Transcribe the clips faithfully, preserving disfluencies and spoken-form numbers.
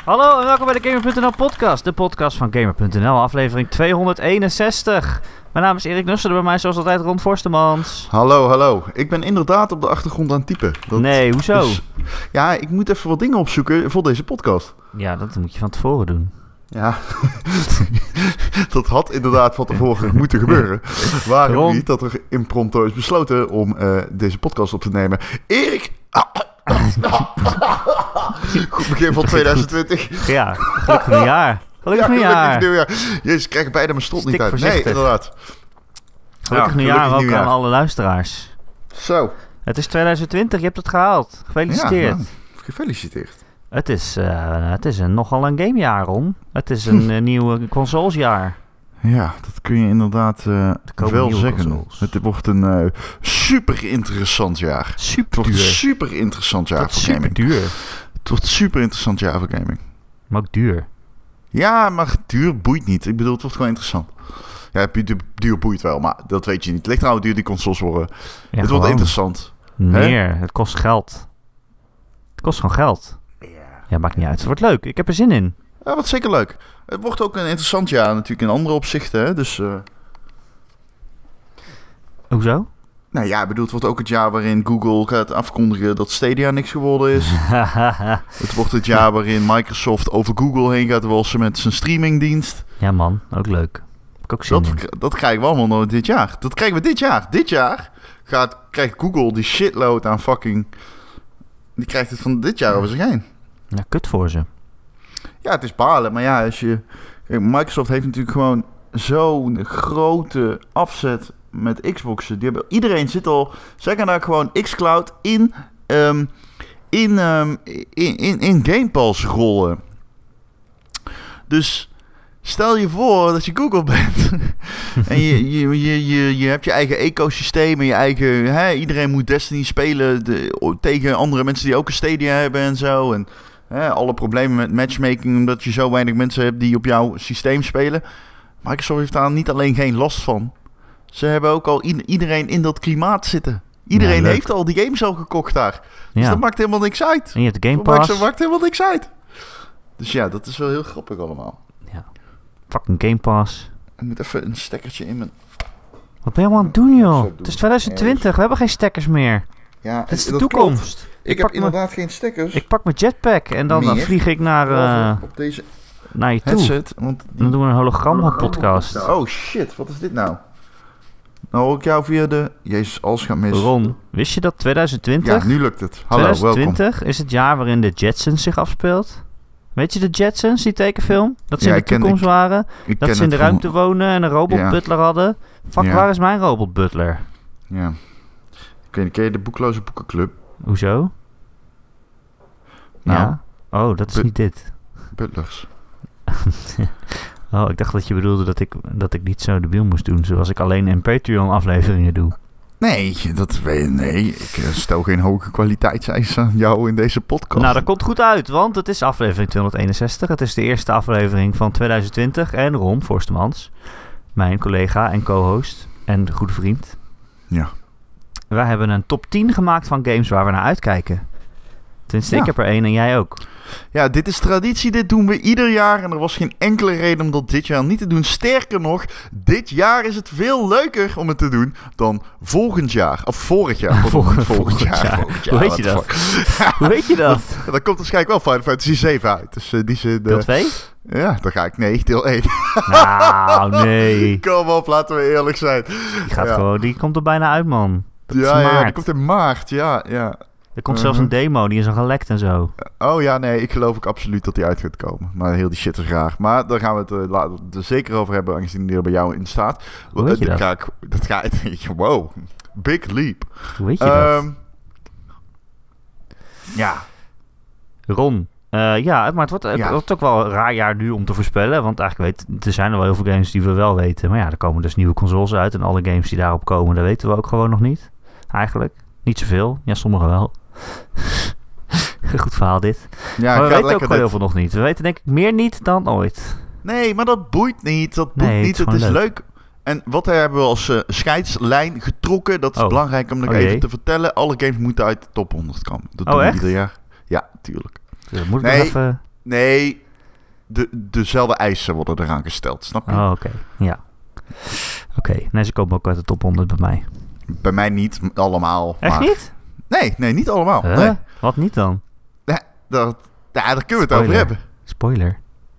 Hallo en welkom bij de Gamer punt n l podcast, de podcast van Gamer punt n l, aflevering tweehonderdeenenzestig. Mijn naam is Erik Nussen, bij mij zoals altijd Ron Forstemans. Hallo, hallo. Ik ben inderdaad op de achtergrond aan het typen. Dat nee, hoezo? Is... Ja, ik moet even wat dingen opzoeken voor deze podcast. Ja, dat moet je van tevoren doen. Ja, dat had inderdaad van tevoren moeten gebeuren. Waarom Ron... niet dat er impromptu is besloten om uh, deze podcast op te nemen. Erik... Goed begin van tweeduizend twintig. Ja, gelukkig nieuwjaar. Gelukkig ja, nieuwjaar. nieuwjaar. Jezus, ik krijg bijna mijn strot niet uit. Voorzichtig. Nee, inderdaad. Gelukkig ja, nieuwjaar gelukkig ook nieuwjaar. Aan alle luisteraars. Zo. Het is tweeduizend twintig, je hebt het gehaald. Gefeliciteerd. Ja, nou, gefeliciteerd. Het is, uh, het is een, nogal een gamejaar, Ron. Het is een uh, nieuw consolesjaar. Ja, dat kun je inderdaad uh, wel zeggen. Consoles. Het wordt een uh, super interessant jaar. Super Het wordt een super interessant jaar voor super gaming. Duur. Het wordt een super interessant jaar voor gaming. Maar ook duur. Ja, maar duur boeit niet. Ik bedoel, het wordt gewoon interessant. Ja, duur boeit wel, maar dat weet je niet. Het ligt nou hoe duur die consoles worden. Ja, het gewoon. Wordt interessant. Meer. Hè? Het kost geld. Het kost gewoon geld. Ja. Ja, maakt niet uit. Het wordt leuk. Ik heb er zin in. Ja, wat zeker leuk. Het wordt ook een interessant jaar natuurlijk in andere opzichten. Hè? Dus, uh... Hoezo? Nou ja, ik bedoel, het wordt ook het jaar waarin Google gaat afkondigen dat Stadia niks geworden is. Het wordt het jaar waarin Microsoft over Google heen gaat walsen met zijn streamingdienst. Ja man, ook leuk. Heb ik ook zin dat, in. Dat krijgen we allemaal nog dit jaar. Dat krijgen we dit jaar. Dit jaar gaat, krijgt Google die shitload aan fucking... Die krijgt het van dit jaar over zich heen. Ja, kut voor ze. Ja, het is balen, maar ja, als je... Microsoft heeft natuurlijk gewoon zo'n grote afzet met Xboxen. Die hebben, iedereen zit al... Zij gaan daar gewoon xCloud in, um, in, um, in, in, in Game Pass rollen. Dus stel je voor dat je Google bent. en je, je, je, je, je hebt je eigen ecosysteem en je eigen... Hè, iedereen moet Destiny spelen de, tegen andere mensen die ook een Stadia hebben en zo. En... He, alle problemen met matchmaking, omdat je zo weinig mensen hebt die op jouw systeem spelen. Microsoft heeft daar niet alleen geen last van. Ze hebben ook al i- iedereen in dat klimaat zitten. Iedereen ja, heeft al die games al gekocht daar. Dus ja. Dat maakt helemaal niks uit. En je hebt de Game Pass. Dat maakt helemaal niks uit. Dus ja, dat is wel heel grappig allemaal. Ja. Fucking Game Pass. Ik moet even een stekkertje in mijn... Wat ben je allemaal aan het doen, joh? Het is tweeduizend twintig, we hebben geen stekkers meer. Ja, het is de dat toekomst. Klopt. Ik, ik heb inderdaad me, geen stekkers. Ik pak mijn jetpack en dan, dan vlieg ik naar, uh, op deze naar je toe. Headset, want die... Dan doen we een hologram-podcast. Oh shit, wat is dit nou? Nou hoor ik jou via de... Jezus, alles gaat mis. Ron, wist je dat tweeduizend twintig... Ja, nu lukt het. Hallo, tweeduizend twintig welkom. Is het jaar waarin de Jetsons zich afspeelt. Weet je de Jetsons, die tekenfilm? Dat ze ja, in de toekomst ken, ik, waren. Ik dat ze in de van... ruimte wonen en een robotbutler ja. hadden. Fuck, ja. Waar is mijn robotbutler? Ja. Ik weet niet, ken je de Boekloze Boekenclub? Hoezo? Nou, ja. Oh, dat is but- niet dit. Butlers. Oh, ik dacht dat je bedoelde dat ik, dat ik niet zo debiel moest doen, zoals ik alleen in Patreon afleveringen doe. Nee, dat weet nee. Ik stel geen hoge kwaliteitseisen aan jou in deze podcast. Nou, dat komt goed uit, want het is aflevering tweehonderdeenenzestig. Het is de eerste aflevering van tweeduizend twintig. En Ron Forstemans, mijn collega en co-host en goede vriend. Ja. Wij hebben een top tien gemaakt van games waar we naar uitkijken. Tenminste, ja. Ik heb er één en jij ook. Ja, dit is traditie. Dit doen we ieder jaar. En er was geen enkele reden om dat dit jaar niet te doen. Sterker nog, dit jaar is het veel leuker om het te doen dan volgend jaar. Of vorig jaar. volgend, volgend jaar. jaar. Volgend jaar. Hoe weet je dat? Hoe weet je dat? Dan komt waarschijnlijk wel Final Fantasy zeven uit. Dus uh, die zin, uh, deel twee? Ja, dan ga ik... Nee, deel één. Nou, nee. Kom op, laten we eerlijk zijn. Die, gaat ja. gewoon, die komt er bijna uit, man. Dat ja, is ja, die komt in maart. Ja, ja. Er komt uh-huh. zelfs een demo, die is al gelekt en zo. Oh ja, nee, ik geloof ook absoluut dat die uit gaat komen. Maar heel die shit is raar. Maar daar gaan we het uh, later er zeker over hebben, aangezien die er bij jou in staat. Hoe weet je dat? Ga ik, dat ga ik... Wow, big leap. Hoe weet je um, dat? Ja. Ron, uh, ja, maar het wordt, ja. het wordt ook wel een raar jaar nu om te voorspellen. Want eigenlijk weet, er zijn er wel heel veel games die we wel weten. Maar ja, er komen dus nieuwe consoles uit. En alle games die daarop komen, dat weten we ook gewoon nog niet. Eigenlijk. Niet zoveel. Ja, sommige wel. Goed verhaal dit. Ja, maar we weten ook dit. gewoon heel veel nog niet. We weten denk ik meer niet dan ooit. Nee, maar dat boeit niet. Dat boeit nee, niet. Het is, het is leuk. leuk. En wat hebben we als uh, scheidslijn getrokken? Dat is oh. belangrijk om nog oh, even jee. te vertellen. Alle games moeten uit de top honderd komen. Dat oh, doen we echt? ieder jaar. Ja, tuurlijk. Dus moet ik nee. nog even... Nee, de, dezelfde eisen worden eraan gesteld, snap je? Oh, oké. Okay. Ja. Oké, okay. Nee, ze komen ook uit de top honderd bij mij. Bij mij niet allemaal. Echt maar... niet? Nee, nee, niet allemaal. Huh? Nee. Wat niet dan? Ja, dat, ja, daar kunnen we Spoiler. het over hebben. Spoiler.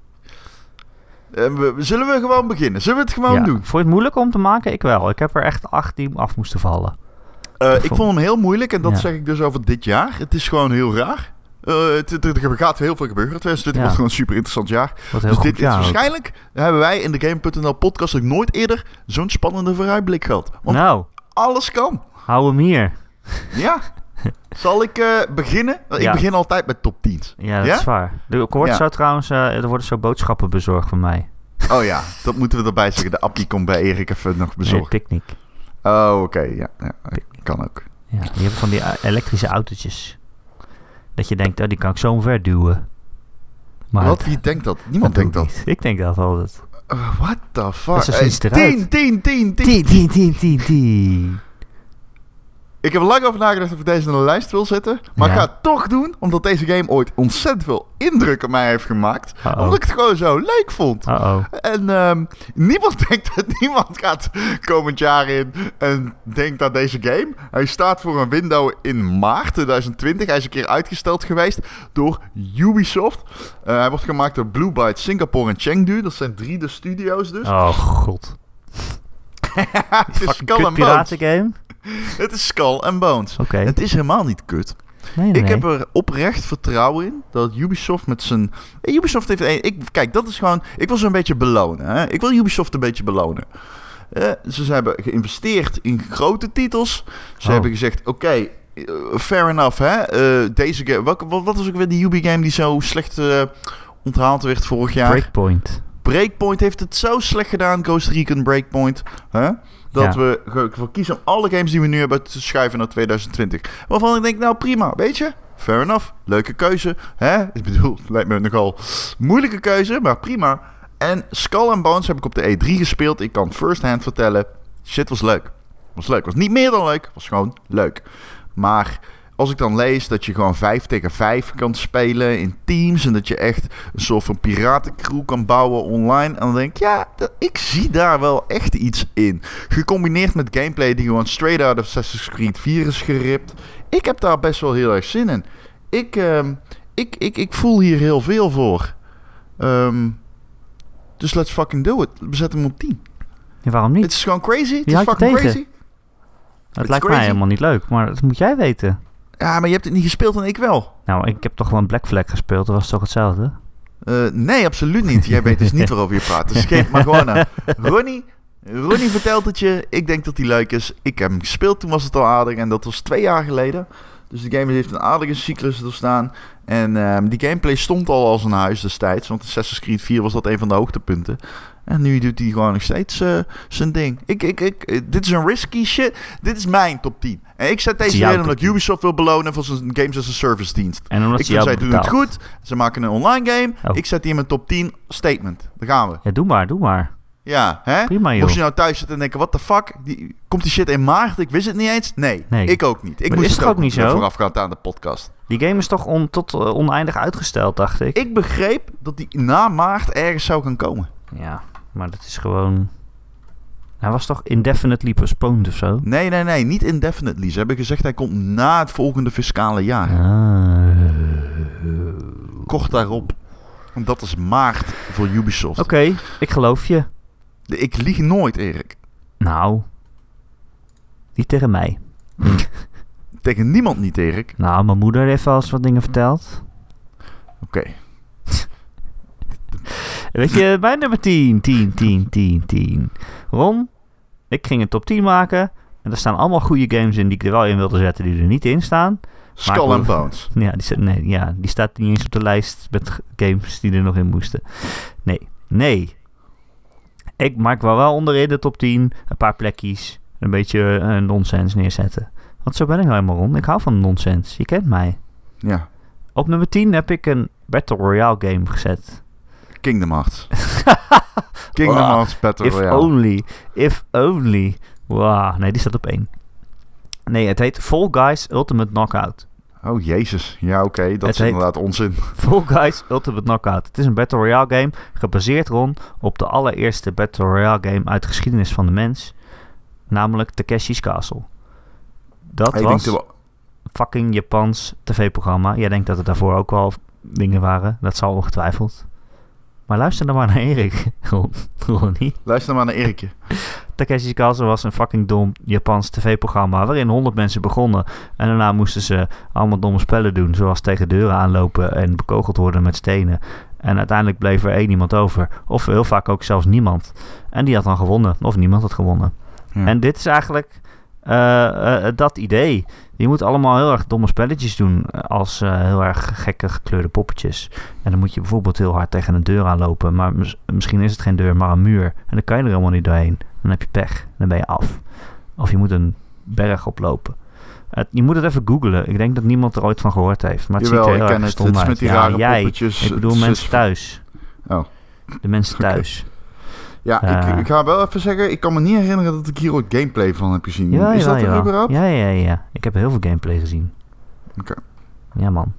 Uh, we, zullen we gewoon beginnen? Zullen we het gewoon ja. doen? Vond je het moeilijk om te maken? Ik wel. Ik heb er echt acht die af moesten vallen. Uh, ik vond hem heel moeilijk en dat ja. zeg ik dus over dit jaar. Het is gewoon heel raar. Uh, het, het, er gaat heel veel gebeuren. twintig twintig ja. wordt gewoon een super interessant jaar. Wat heel dus goed dit is waarschijnlijk ook. Hebben wij in de Game punt n l podcast ook nooit eerder zo'n spannende vooruitblik gehad. Want nou, alles kan. Hou hem hier. Ja. Zal ik uh, beginnen? Ik ja. begin altijd met top tien. Ja, dat ja? is waar. Er wordt ja. zo trouwens, uh, er worden zo boodschappen bezorgd van mij. Oh ja, dat moeten we erbij zeggen. De appie komt bij Erik even nog bezorgd. Nee, picknick. Oh, oké. Okay. Ja, ja. Kan ook. Ja, die hebben van die elektrische autootjes. Dat je denkt, oh, die kan ik zo omver duwen. Maar wat? Wie denkt dat? Niemand dat denkt dat. Niet. Ik denk dat altijd. Uh, what the fuck? Dat is hey, tien, tien, tien, tien, tien, tien, tien, tien. Ik heb er lang over nagedacht of ik deze in de lijst wil zetten. Maar ja. ik ga het toch doen, omdat deze game ooit ontzettend veel indruk op mij heeft gemaakt. Uh-oh. Omdat ik het gewoon zo leuk vond. Uh-oh. En um, niemand denkt dat niemand gaat komend jaar in en denkt aan deze game. Hij staat voor een window in maart twintig twintig. Hij is een keer uitgesteld geweest door Ubisoft. Uh, hij wordt gemaakt door Blue Byte, Singapore en Chengdu. Dat zijn drie de studio's dus. Oh god. Het is Skull and Bones. Game? Het is Skull and Bones. Okay. Het is helemaal niet kut. Nee, nee, ik nee. heb er oprecht vertrouwen in dat Ubisoft met zijn... Ubisoft heeft... Een, ik, kijk, dat is gewoon... Ik wil ze een beetje belonen. Hè? Ik wil Ubisoft een beetje belonen. Uh, ze hebben geïnvesteerd in grote titels. Ze oh. hebben gezegd, oké, okay, uh, fair enough. Hè? Uh, deze game... Wat, wat was ook weer die Ubi-game die zo slecht uh, onthaald werd vorig jaar? Breakpoint. Breakpoint heeft het zo slecht gedaan, Ghost Recon Breakpoint. Huh? Dat ja. we voor kiezen om alle games die we nu hebben te schuiven naar twintig twintig. Waarvan ik denk, nou prima, weet je? Fair enough, leuke keuze. Hè? Ik bedoel, het lijkt me nogal moeilijke keuze, maar prima. En Skull and Bones heb ik op de E drie gespeeld. Ik kan first hand vertellen, shit was leuk. Was leuk, was niet meer dan leuk, was gewoon leuk. Maar... Als ik dan lees dat je gewoon vijf tegen vijf kan spelen in teams... en dat je echt een soort van piratencrew kan bouwen online... en dan denk ik, ja, dat, ik zie daar wel echt iets in. Gecombineerd met gameplay die gewoon straight out of Assassin's Creed vier is geript. Ik heb daar best wel heel erg zin in. Ik, um, ik, ik, ik voel hier heel veel voor. Um, dus let's fucking do it. We zetten hem op tien. Ja, waarom niet? Het is gewoon crazy. Het is fucking tegen? crazy. Het lijkt crazy. mij helemaal niet leuk, maar dat moet jij weten. Ja, maar je hebt het niet gespeeld en ik wel. Nou, ik heb toch wel een Black Flag gespeeld. Dat was toch hetzelfde? Uh, nee, absoluut niet. Jij weet dus niet waarover je praat. Dus geef maar gewoon aan. Ronnie, Ronnie vertelt het je. Ik denk dat die leuk is. Ik heb hem gespeeld, toen was het al aardig. En dat was twee jaar geleden. Dus de game heeft een aardige cyclus doorstaan. En um, die gameplay stond al als een huis destijds. Want Assassin's Creed vier was dat een van de hoogtepunten. En nu doet hij gewoon nog steeds uh, zijn ding. Ik, ik, ik, uh, dit is een risky shit. Dit is mijn top tien. En ik zet deze weer omdat Ubisoft wil belonen voor zijn Games as a Service dienst. En omdat ik vind zij doen betaald. het goed. Ze maken een online game. Oh. Ik zet die in mijn top tien statement. Daar gaan we. Ja, doe maar, doe maar. Ja, hè? Prima, joh. Mocht je nou thuis zitten en denken, what the fuck? Die, komt die shit in maart? Ik wist het niet eens. Nee, nee. ik ook niet. Ik maar moest is het ook, ook niet zo? Voorafgaand aan de podcast. Die game is toch on, tot uh, oneindig uitgesteld, dacht ik. Ik begreep dat die na maart ergens zou gaan komen. Ja, maar dat is gewoon... Hij was toch indefinitely postponed of zo? Nee, nee, nee. Niet indefinitely. Ze hebben gezegd hij komt na het volgende fiscale jaar. Ah. Kort daarop. Want dat is maart voor Ubisoft. Oké, okay, ik geloof je. Ik lieg nooit, Erik. Nou, niet tegen mij. Tegen niemand niet, Erik. Nou, mijn moeder heeft wel eens wat dingen verteld. Oké. Okay. Weet je, mijn nummer tien, tien, tien, tien, tien. Ron, ik ging een top tien maken. En er staan allemaal goede games in die ik er wel in wilde zetten, die er niet in staan. Skull and Bones. Ja, die, nee, ja, die staat niet eens op de lijst met games die er nog in moesten. Nee, nee. Ik maak wel wel onderin de top tien een paar plekjes, een beetje uh, nonsens neerzetten. Want zo ben ik nou helemaal, Ron. Ik hou van nonsens. Je kent mij. Ja. Op nummer tien heb ik een Battle Royale game gezet. Kingdom Hearts. Kingdom wow. Hearts Battle If Royale. only. If only. Wow. Nee, die staat op één. Nee, het heet Fall Guys Ultimate Knockout. Oh, jezus. Ja, oké. Okay. Dat het is inderdaad onzin. Fall Guys Ultimate Knockout. Het is een Battle Royale game, gebaseerd, Ron, op de allereerste Battle Royale game uit de geschiedenis van de mens. Namelijk Takeshi's Castle. Dat ik was een fucking Japans tv-programma. Jij denkt dat het daarvoor ook wel dingen waren. Dat zal ongetwijfeld. Maar luister dan maar naar Erik, Ronnie. Luister maar naar Erikje. Takeshi's Castle was een fucking dom Japans tv-programma waarin honderd mensen begonnen. En daarna moesten ze allemaal domme spellen doen, zoals tegen deuren aanlopen en bekogeld worden met stenen. En uiteindelijk bleef er één iemand over. Of heel vaak ook zelfs niemand. En die had dan gewonnen. Of niemand had gewonnen. Ja. En dit is eigenlijk uh, uh, dat idee. Je moet allemaal heel erg domme spelletjes doen als uh, heel erg gekke gekleurde poppetjes. En dan moet je bijvoorbeeld heel hard tegen een deur aanlopen. Maar mis- misschien is het geen deur, maar een muur. En dan kan je er helemaal niet doorheen. Dan heb je pech. Dan ben je af. Of je moet een berg oplopen. Uh, je moet het even googlen. Ik denk dat niemand er ooit van gehoord heeft. Maar het Jawel, ziet er heel ik erg stom uit. Het is met die ja, rare jij. poppetjes. Ik bedoel mensen thuis. Oh. De mensen thuis. Okay. Ja, uh, ik, ik ga wel even zeggen, ik kan me niet herinneren dat ik hier ooit gameplay van heb gezien. Ja, is ja, dat er ja. überhaupt? Ja, ja, ja. Ik heb heel veel gameplay gezien. Oké. Okay. Ja, man.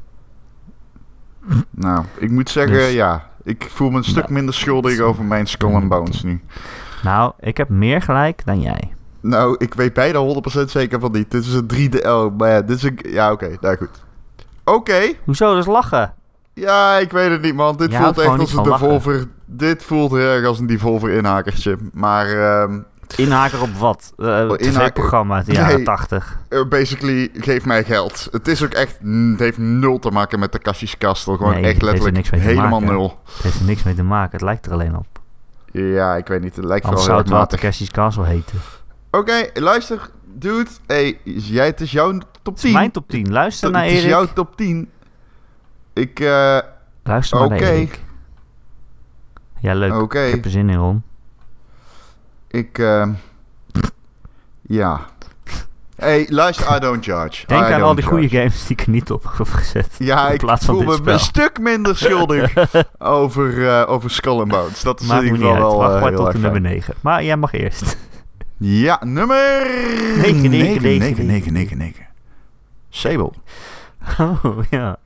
Nou, ik moet zeggen, dus, ja, ik voel me een stuk nou, minder schuldig over mijn Skull and Bones nu. Nou, ik heb meer gelijk dan jij. Nou, ik weet bijna honderd procent zeker van niet. Dit is een drie D L, maar ja, dit is een... Ja, oké, okay, nou goed. Oké. Okay. Hoezo, dus lachen? Ja, ik weet het niet, man. Dit je voelt echt als een Devolver... Lachen. Dit voelt heel erg als een Devolver inhakertje. Maar... Um, Inhaker op wat? Uh, T V-programma uit de jaren nee, tachtig. Uh, basically, geef mij geld. Het is ook echt... Het heeft nul te maken met Takeshi's Castle. Gewoon nee, echt letterlijk helemaal nul. Het heeft er niks mee te maken. Het lijkt er alleen op. Ja, ik weet niet. Het lijkt Anders wel zou het wel Takeshi's Castle heten. Oké, okay, luister. Dude. Hey, jij, het is jouw top tien. Het is mijn top tien. Luister naar Erik. Het is jouw top tien. Ik... Uh, Luister maar okay. naar Erik. Ja, leuk. Okay. Ik heb er zin in, Ron. Ik, uh, ja. Hey, luister, I don't judge. Denk I aan al die judge. goede games die ik er niet op heb gezet. Ja, in ik plaats voel van me dit spel. een stuk minder schuldig over, uh, over Skull and Bones. Dat is in ieder geval wel Wacht uh, maar heel tot erg de nummer negen. Maar jij mag eerst. Ja, nummer negen, negen, negen, negen, negen, negen. Sable. Oh, ja.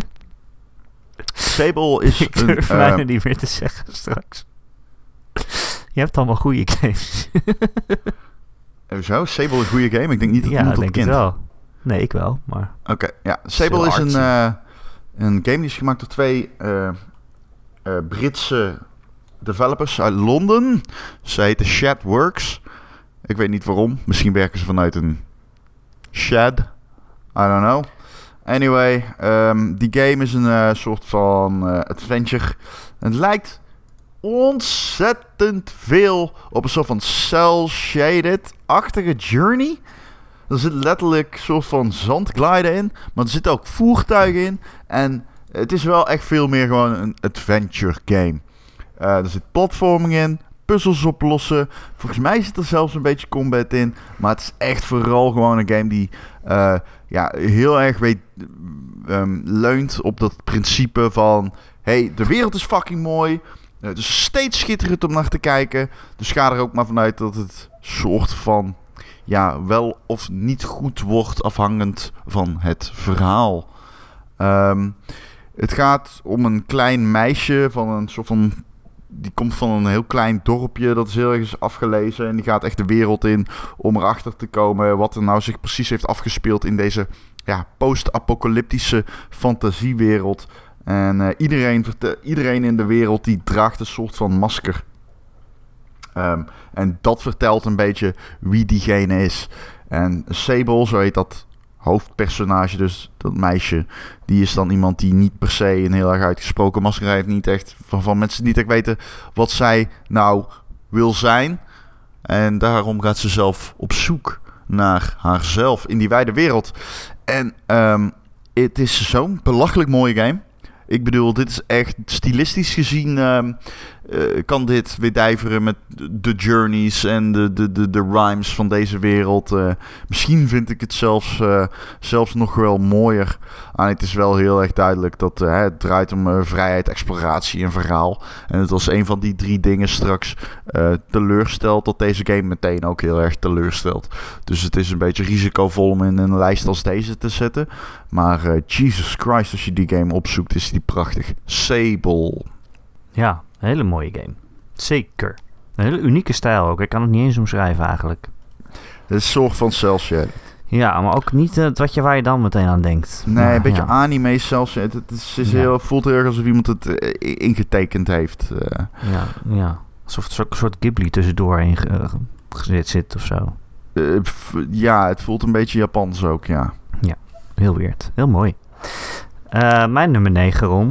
Sable is ik durf een... mij Uh, er niet meer te zeggen straks. Je hebt allemaal goede games. Zo, Sable een goede game? Ik denk niet dat ja, iemand dat denk kent. Ja, wel. Nee, ik wel, maar... Oké, okay, ja. Sable is een, uh, een game die is gemaakt door twee uh, uh, Britse developers uit Londen. Ze heten Shadworks. Ik weet niet waarom. Misschien werken ze vanuit een shed. I don't know. Anyway, um, die game is een uh, soort van uh, adventure. Het lijkt ontzettend veel op een soort van cel-shaded-achtige journey. Er zit letterlijk een soort van zandglijden in, maar er zitten ook voertuigen in. En het is wel echt veel meer gewoon een adventure game. Uh, er zit platforming in, puzzels oplossen. Volgens mij zit er zelfs een beetje combat in. Maar het is echt vooral gewoon een game die uh, ja, heel erg weet, um, leunt op dat principe van... Hey, de wereld is fucking mooi. Het is steeds schitterend om naar te kijken. Dus ga er ook maar vanuit dat het soort van... ja, wel of niet goed wordt afhangend van het verhaal. Um, het gaat om een klein meisje van een soort van... Die komt van een heel klein dorpje, dat is heel erg afgelezen. En die gaat echt de wereld in om erachter te komen wat er nou zich precies heeft afgespeeld in deze ja, post-apocalyptische fantasiewereld. En uh, iedereen, iedereen in de wereld die draagt een soort van masker. Um, en dat vertelt een beetje wie diegene is. En Sable, zo heet dat hoofdpersonage, dus dat meisje, die is dan iemand die niet per se een heel erg uitgesproken masker heeft. Niet echt, van, van mensen niet echt weten wat zij nou wil zijn. En daarom gaat ze zelf op zoek naar haarzelf in die wijde wereld. En um, het is zo'n belachelijk mooie game. Ik bedoel, dit is echt stilistisch gezien um, uh, kan dit weer dijveren met de journeys en de, de, de, de rhymes van deze wereld. Uh, misschien vind ik het zelfs, uh, zelfs nog wel mooier. Ah, het is wel heel erg duidelijk dat uh, het draait om uh, vrijheid, exploratie en verhaal. En het was een van die drie dingen straks uh, teleurstelt, dat deze game meteen ook heel erg teleurstelt. Dus het is een beetje risicovol om in een lijst als deze te zetten. Maar uh, Jesus Christ, als je die game opzoekt, is die prachtig. Sable. Ja, een hele mooie game. Zeker. Een hele unieke stijl ook. Ik kan het niet eens omschrijven eigenlijk. Het is een soort van cel-shaded. Ja, maar ook niet uh, wat je, waar je dan meteen aan denkt. Nee, maar, een beetje ja. anime cel-shaded. Het is, is ja. heel, voelt heel erg alsof iemand het uh, ingetekend heeft. Uh. Ja, ja. Alsof er een soort Ghibli tussendoor in uh, gezet zit of zo. Uh, f- ja, het voelt een beetje Japans ook, ja. Ja, heel weird. Heel mooi. Uh, mijn nummer negen, Ron.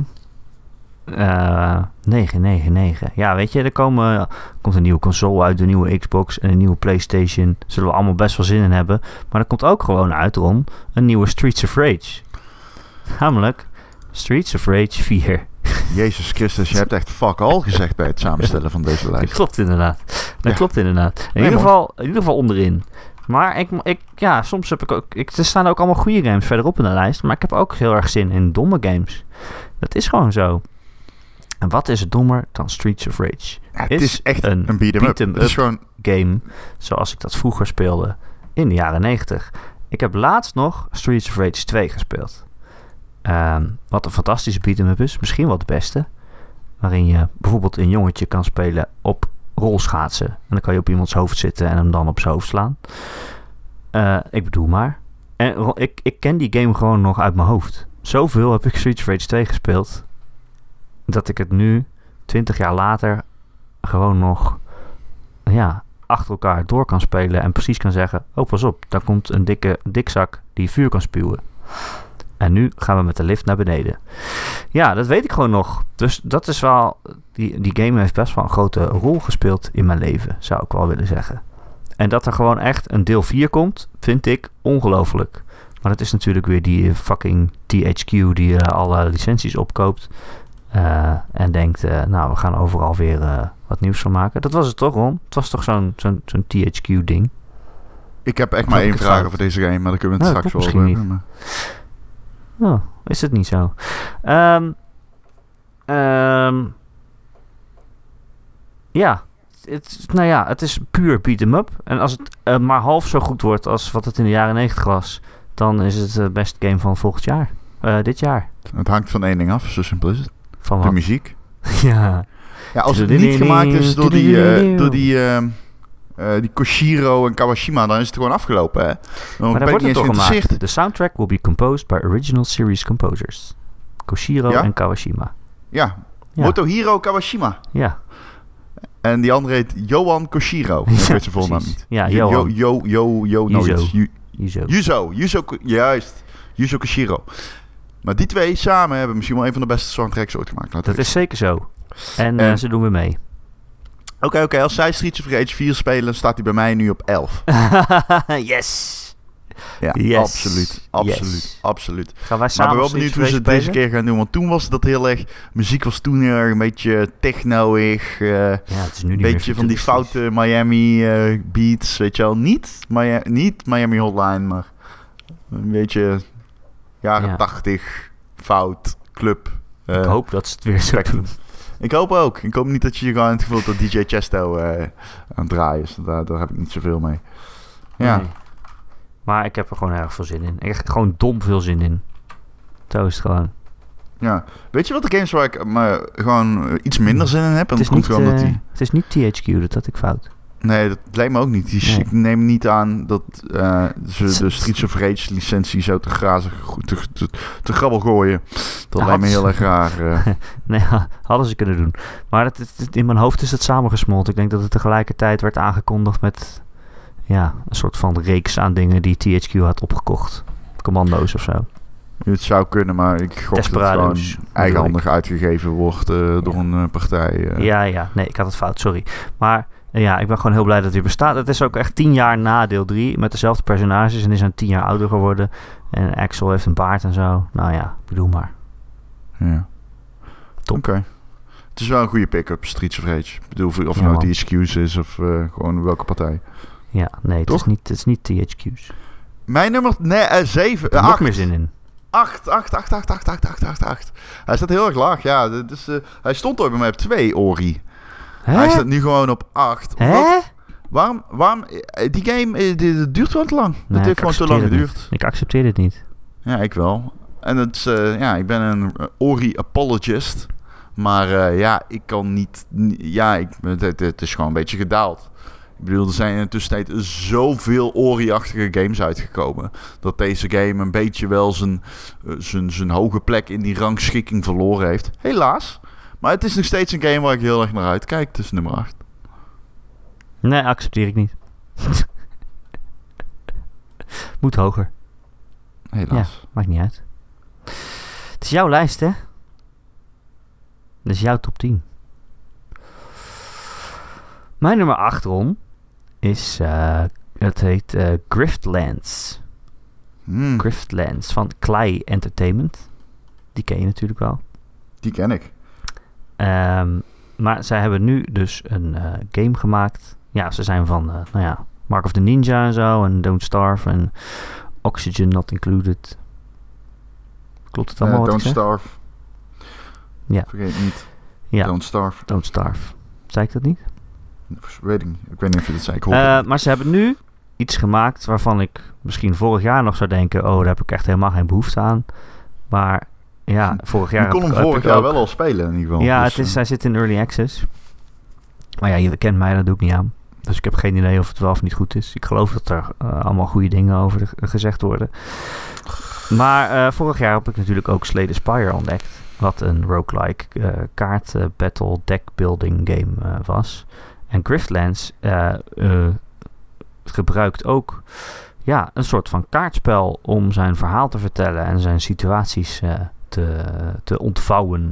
Uh, negen negen negen. Ja, weet je, er komen, komt een nieuwe console uit, een nieuwe Xbox en een nieuwe PlayStation. Daar zullen we allemaal best wel zin in hebben. Maar er komt ook gewoon uit, Ron, een nieuwe Streets of Rage. Namelijk Streets of Rage vier. Jezus Christus, je hebt echt fuck all gezegd bij het samenstellen van deze lijst. Dat klopt inderdaad. Dat Ja. klopt inderdaad. In, Nee, ieder man. geval, in ieder geval onderin. Maar ik, ik, ja, soms heb ik ook... Ik, er staan ook allemaal goede games verderop in de lijst. Maar ik heb ook heel erg zin in domme games. Dat is gewoon zo. En wat is dommer dan Streets of Rage? Ja, het is is echt een een beat 'em up. beat 'em Het is up. gewoon... Game zoals ik dat vroeger speelde in de jaren negentig. Ik heb laatst nog Streets of Rage twee gespeeld. Um, wat een fantastische beat-em-up is. Misschien wel de beste. Waarin je bijvoorbeeld een jongetje kan spelen op rolschaatsen. En dan kan je op iemands hoofd zitten en hem dan op zijn hoofd slaan. Uh, ik bedoel maar. En ik, ik ken die game gewoon nog uit mijn hoofd. Zoveel heb ik Streets of Rage twee gespeeld. Dat ik het nu, twintig jaar later, gewoon nog... ja, achter elkaar door kan spelen en precies kan zeggen... oh, pas op, daar komt een dikke dikzak die vuur kan spuwen. En nu gaan we met de lift naar beneden. Ja, dat weet ik gewoon nog. Dus dat is wel... Die, die game heeft best wel een grote rol gespeeld in mijn leven, zou ik wel willen zeggen. En dat er gewoon echt een deel vier komt, vind ik ongelooflijk. Maar dat is natuurlijk weer die fucking T H Q die uh, alle licenties opkoopt... Uh, en denkt, uh, nou, we gaan overal weer uh, wat nieuws van maken. Dat was het toch, Ron? Het was toch zo'n, zo'n, zo'n T H Q-ding? Ik heb echt maar één vraag over deze game, maar dan kunnen we het nou, straks wel over hebben. Oh, is het niet zo? Um, um, ja, het, nou ja, het is puur beat-em-up. En als het uh, maar half zo goed wordt als wat het in de jaren negentig was... dan is het het beste game van volgend jaar. Uh, dit jaar. Het hangt van één ding af, zo simpel is het. Van de wat? muziek. Ja. Ja, als het niet gemaakt is door die, uh, door die, uh, uh, die Koshiro en Kawashima, dan is het gewoon afgelopen, hè? Dan Maar daar ben wordt ik het niet toch eens gemaakt. geïnteresseerd. The soundtrack will be composed by original series composers. Koshiro Ja? en Kawashima. Ja, Ja. Motohiro Kawashima. Ja. En die andere heet Johan Koshiro. Ik weet zijn volnaam precies. niet. Ja, Jo, Johan. Jo, Jo, Jo, no, Yuzo. iets. Yu- Yuzo. Yuzo. Yuzo, Ko- juist. Yuzo Koshiro. Maar die twee samen hebben misschien wel een van de beste soundtracks ooit gemaakt. Dat is zeker zo. En uh, En- ze doen weer mee. Oké, okay, oké. Okay. Als zij Streets of Rage vier spelen, staat hij bij mij nu op elf. Yes! Ja, Yes. absoluut. Absoluut. Yes. Absoluut. Gaan wij Maar samen ik ben wel benieuwd hoe ze het deze keer gaan doen. Want toen was dat heel erg... Muziek was toen heel erg een beetje techno-ig. Uh, Ja, het is nu een niet meer beetje van die futuristisch. foute Miami uh, beats. Weet je wel. Niet Miami, niet Miami Hotline, maar... Een beetje... Jaren Ja. tachtig. Fout. Club. Uh, Ik hoop dat ze het weer zo spectrum. doen. Ik hoop ook. Ik hoop niet dat je gewoon het gevoel hebt dat D J Chesto uh, aan het draaien is. Daar, daar heb ik niet zoveel mee. Ja. Nee. Maar ik heb er gewoon erg veel zin in. Echt gewoon dom veel zin in. Zo is het gewoon. Ja. Weet je wat de games waar ik maar gewoon uh, iets minder zin in heb? En Het dat is, komt niet, gewoon uh, dat die... het is niet T H Q, dat had ik fout. Nee, dat lijkt me ook niet. Die, Nee. Ik neem niet aan dat uh, ze de Streets of Rage licentie zo te grazen, te, te, te grabbel gooien. Dat Ja, lijkt me had- heel erg raar. Uh. Nee, hadden ze kunnen doen. Maar het, het- het- in mijn hoofd is het samengesmolten. Ik denk dat het tegelijkertijd werd aangekondigd met... ja, een soort van reeks aan dingen die T H Q had opgekocht. Commando's of zo. Het zou kunnen, maar ik gok dat het Desperados, gewoon eigenhandig uitgegeven wordt uh, door een uh, partij. Uh. Ja, ja. Nee, ik had het fout. Sorry. Maar uh, ja, ik ben gewoon heel blij dat het weer bestaat. Het is ook echt tien jaar na deel drie. Met dezelfde personages. En die zijn tien jaar ouder geworden. En Axel heeft een baard en zo. Nou ja, bedoel maar. Ja. Top. Oké. Okay. Het is wel een goede pick-up, Streets of Rage. Ik bedoel, of Ja, nou man. T H Q's is of uh, gewoon welke partij. Ja, nee, het Toch? is niet, het is niet T H Q's. Mijn nummer nee, uh, zeven, Er uh, nog acht. meer zin in. acht, acht, acht, acht, acht, acht, acht, acht, acht. Hij staat heel erg laag, ja. Dit is, uh, hij stond ooit bij mij op twee, Ori. Hè? Hij staat nu gewoon op acht. Hè? Waarom, waarom, uh, die game, uh, die, die duurt gewoon te lang. Nee, dat ik heeft gewoon te accepteer lang het niet. geduurd. Ik accepteer dit niet. Ja, ik wel. En het is, uh, ja, ik ben een uh, Ori-apologist. Maar uh, ja, ik kan niet... Ja, ik, het, het is gewoon een beetje gedaald. Ik bedoel, er zijn in de tussentijd zoveel Ori-achtige games uitgekomen. Dat deze game een beetje wel zijn, uh, zijn, zijn hoge plek in die rangschikking verloren heeft. Helaas. Maar het is nog steeds een game waar ik heel erg naar uitkijk. Het is nummer acht. Nee, accepteer ik niet. Moet hoger. Helaas. Ja, maakt niet uit. Het is jouw lijst, hè? Dat is jouw top tien. Mijn nummer acht, Ron, is... Uh, het heet uh, Griftlands. Hmm, Griftlands van Klei Entertainment. Die ken je natuurlijk wel. die ken ik. Um, maar zij hebben nu dus een uh, game gemaakt. Ja, ze zijn van, uh, nou ja, Mark of the Ninja en zo. En Don't Starve en Oxygen Not Included. Klopt het allemaal Uh, wat Don't ik zeg? Starve. Ja. Vergeet niet. Ja, Don't Starve. Don't Starve. Zei ik dat niet? Weet ik niet. Ik weet niet of je dat zei. Ik hoop Uh, het. maar ze hebben nu iets gemaakt waarvan ik misschien vorig jaar nog zou denken... oh, daar heb ik echt helemaal geen behoefte aan. Maar ja, vorig jaar... Je kon heb hem ik- heb vorig ik jaar ook- wel al spelen in ieder geval. Ja, Dus, het is, uh, hij zit in Early Access. Maar ja, je kent mij, dat doe ik niet aan. Dus ik heb geen idee of het wel of niet goed is. Ik geloof dat er uh, allemaal goede dingen over de- gezegd worden. Maar uh, vorig jaar heb ik natuurlijk ook Slay the Spire ontdekt. Wat een roguelike uh, kaart uh, battle deck building game uh, was. En Griftlands uh, uh, gebruikt ook ja, een soort van kaartspel om zijn verhaal te vertellen en zijn situaties uh, te, te ontvouwen.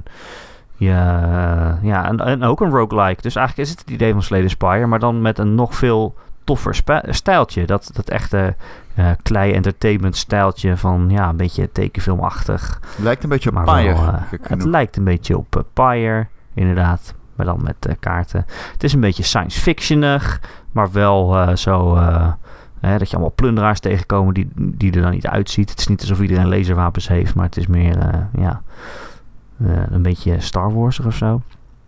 Ja, ja en, en ook een roguelike. Dus eigenlijk is het het idee van Slay the Spire, maar dan met een nog veel toffer spe- stijltje. Dat, dat echte uh, klei entertainment stijltje van ja, een beetje tekenfilmachtig. lijkt een beetje op Maar Pyre. wel, uh, gek het genoeg. lijkt een beetje op uh, Pyre, inderdaad. Maar dan met uh, kaarten. Het is een beetje science fictionig, maar wel uh, zo uh, hè, dat je allemaal plunderaars tegenkomen die, die er dan niet uitziet. Het is niet alsof iedereen laserwapens heeft, maar het is meer uh, ja, uh, een beetje Star Wars of zo.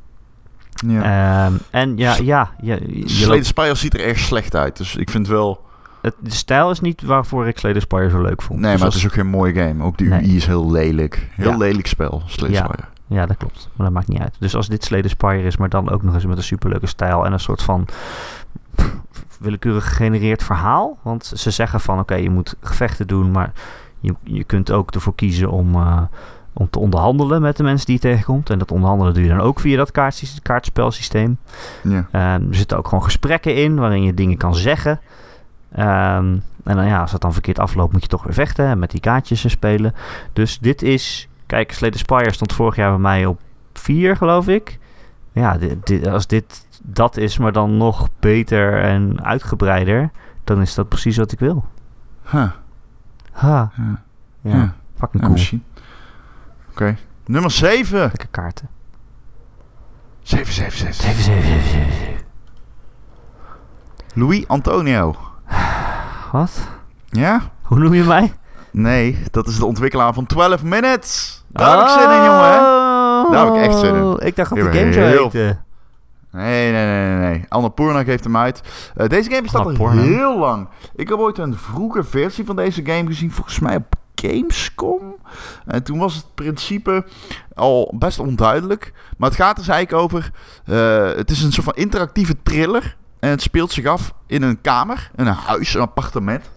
Ja. Um, en ja, ja, ja je Slay loopt- the Spire ziet er erg slecht uit. Dus ik vind wel... het, de stijl is niet waarvoor ik Slay the Spire zo leuk vond. Nee, Dus maar het als- is ook geen mooie game. Ook de Nee. U I is heel lelijk. Heel Ja. lelijk spel, Slay the Ja. Spire. Ja, dat klopt. Maar dat maakt niet uit. Dus als dit Slay the Spire is, maar dan ook nog eens met een superleuke stijl en een soort van willekeurig gegenereerd verhaal. Want ze zeggen van, oké, okay, je moet gevechten doen, maar je, je kunt ook ervoor kiezen om, uh, om te onderhandelen met de mensen die je tegenkomt. En dat onderhandelen doe je dan ook via dat kaartsysteem, kaartspelsysteem. Ja. Um, er zitten ook gewoon gesprekken in waarin je dingen kan zeggen. Um, en dan ja, als het dan verkeerd afloopt, moet je toch weer vechten en met die kaartjes uh, spelen. Dus dit is... Kijk, Slay the Spire stond vorig jaar bij mij op vier, geloof ik. Ja, dit, dit, als dit dat is, maar dan nog beter en uitgebreider, dan is dat precies wat ik wil. Huh. Ha. Ja. Ja, Ja. fucking Ja, cool. misschien. Oké. Okay. Nummer zeven. Lekker kaarten. zeven, zeven, zeven. zeven, zeven, zeven, zeven. Louis Antonio. Wat? Ja? Hoe noem je mij? Nee, dat is de ontwikkelaar van twaalf Minutes. Daar heb ik zin in, jongen. Hè? Daar heb ik echt zin in. Ik dacht dat Ik de ben game zou heel- heten. Nee, nee, nee, nee. nee. Annapurna geeft hem uit. Uh, deze game bestaat al Annapurna. heel lang. Ik heb ooit een vroege versie van deze game gezien. Volgens mij op Gamescom. En toen was het principe al best onduidelijk. Maar het gaat dus eigenlijk over... Uh, het is een soort van interactieve thriller. En het speelt zich af in een kamer. In een huis, een appartement.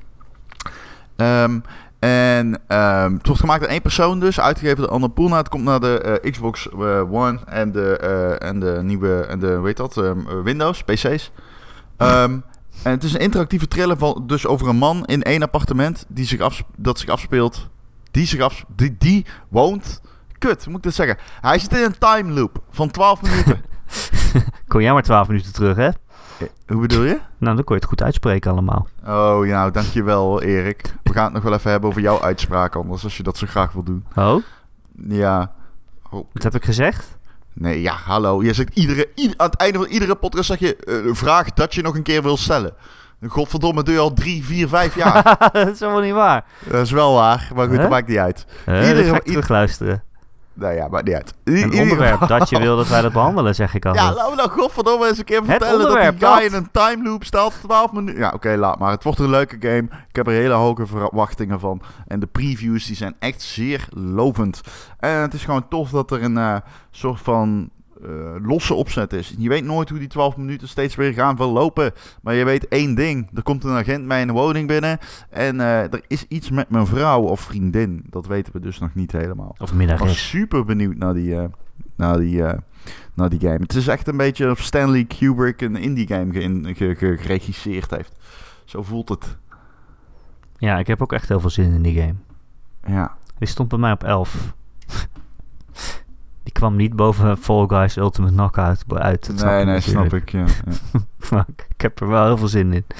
Um, en um, het wordt gemaakt door één persoon dus, uitgegeven door Annapurna. Het komt naar de uh, Xbox uh, One en de, uh, en de nieuwe, en de, hoe heet dat, um, Windows, P C's. Um, en het is een interactieve thriller van, dus over een man in één appartement die zich af, dat zich afspeelt. Die zich af, die, die woont. Kut, hoe moet ik dat zeggen? Hij zit in een time loop van twaalf minuten. Kon jij maar twaalf minuten terug, hè? Hoe bedoel je? Nou, dan kon je het goed uitspreken allemaal. Oh, ja, nou, dankjewel, Erik. We gaan het nog wel even hebben over jouw uitspraak anders, als je dat zo graag wil doen. Oh, Ja. Oh, wat heb ik gezegd? Nee, ja, hallo. Je zegt iedere, ieder, aan het einde van iedere podcast zeg je uh, een vraag dat je nog een keer wil stellen. Godverdomme, doe je al drie, vier, vijf jaar. Dat is helemaal niet waar. Dat is wel waar, maar goed, huh? Dat maakt niet uit. Uh, iedere, ga ik terugluisteren. Nou ja, maakt niet uit. Een iedere onderwerp dat je wil dat wij dat behandelen, zeg ik al. Ja, laten we nou godverdomme eens een keer vertellen dat die guy in een time loop staat twaalf minuten. Ja, oké, okay, laat maar. Het wordt een leuke game. Ik heb er hele hoge verwachtingen van. En de previews die zijn echt zeer lovend. En het is gewoon tof dat er een uh, soort van uh, losse opzet is. Je weet nooit hoe die twaalf minuten steeds weer gaan verlopen. Maar je weet één ding. Er komt een agent bij een woning binnen. En uh, er is iets met mijn vrouw of vriendin. Dat weten we dus nog niet helemaal. Of middag. Ik was super benieuwd naar die, uh, naar, die, uh, naar die game. Het is echt een beetje of Stanley Kubrick een indie game ge- ge- ge- geregisseerd heeft. Zo voelt het. Ja, ik heb ook echt heel veel zin in die game. Ja. Die stond bij mij op elf. Die kwam niet boven Fall Guys Ultimate Knockout uit. Dat nee, nee, snap ik. Ja, ja. Maar ik heb er wel heel veel zin in.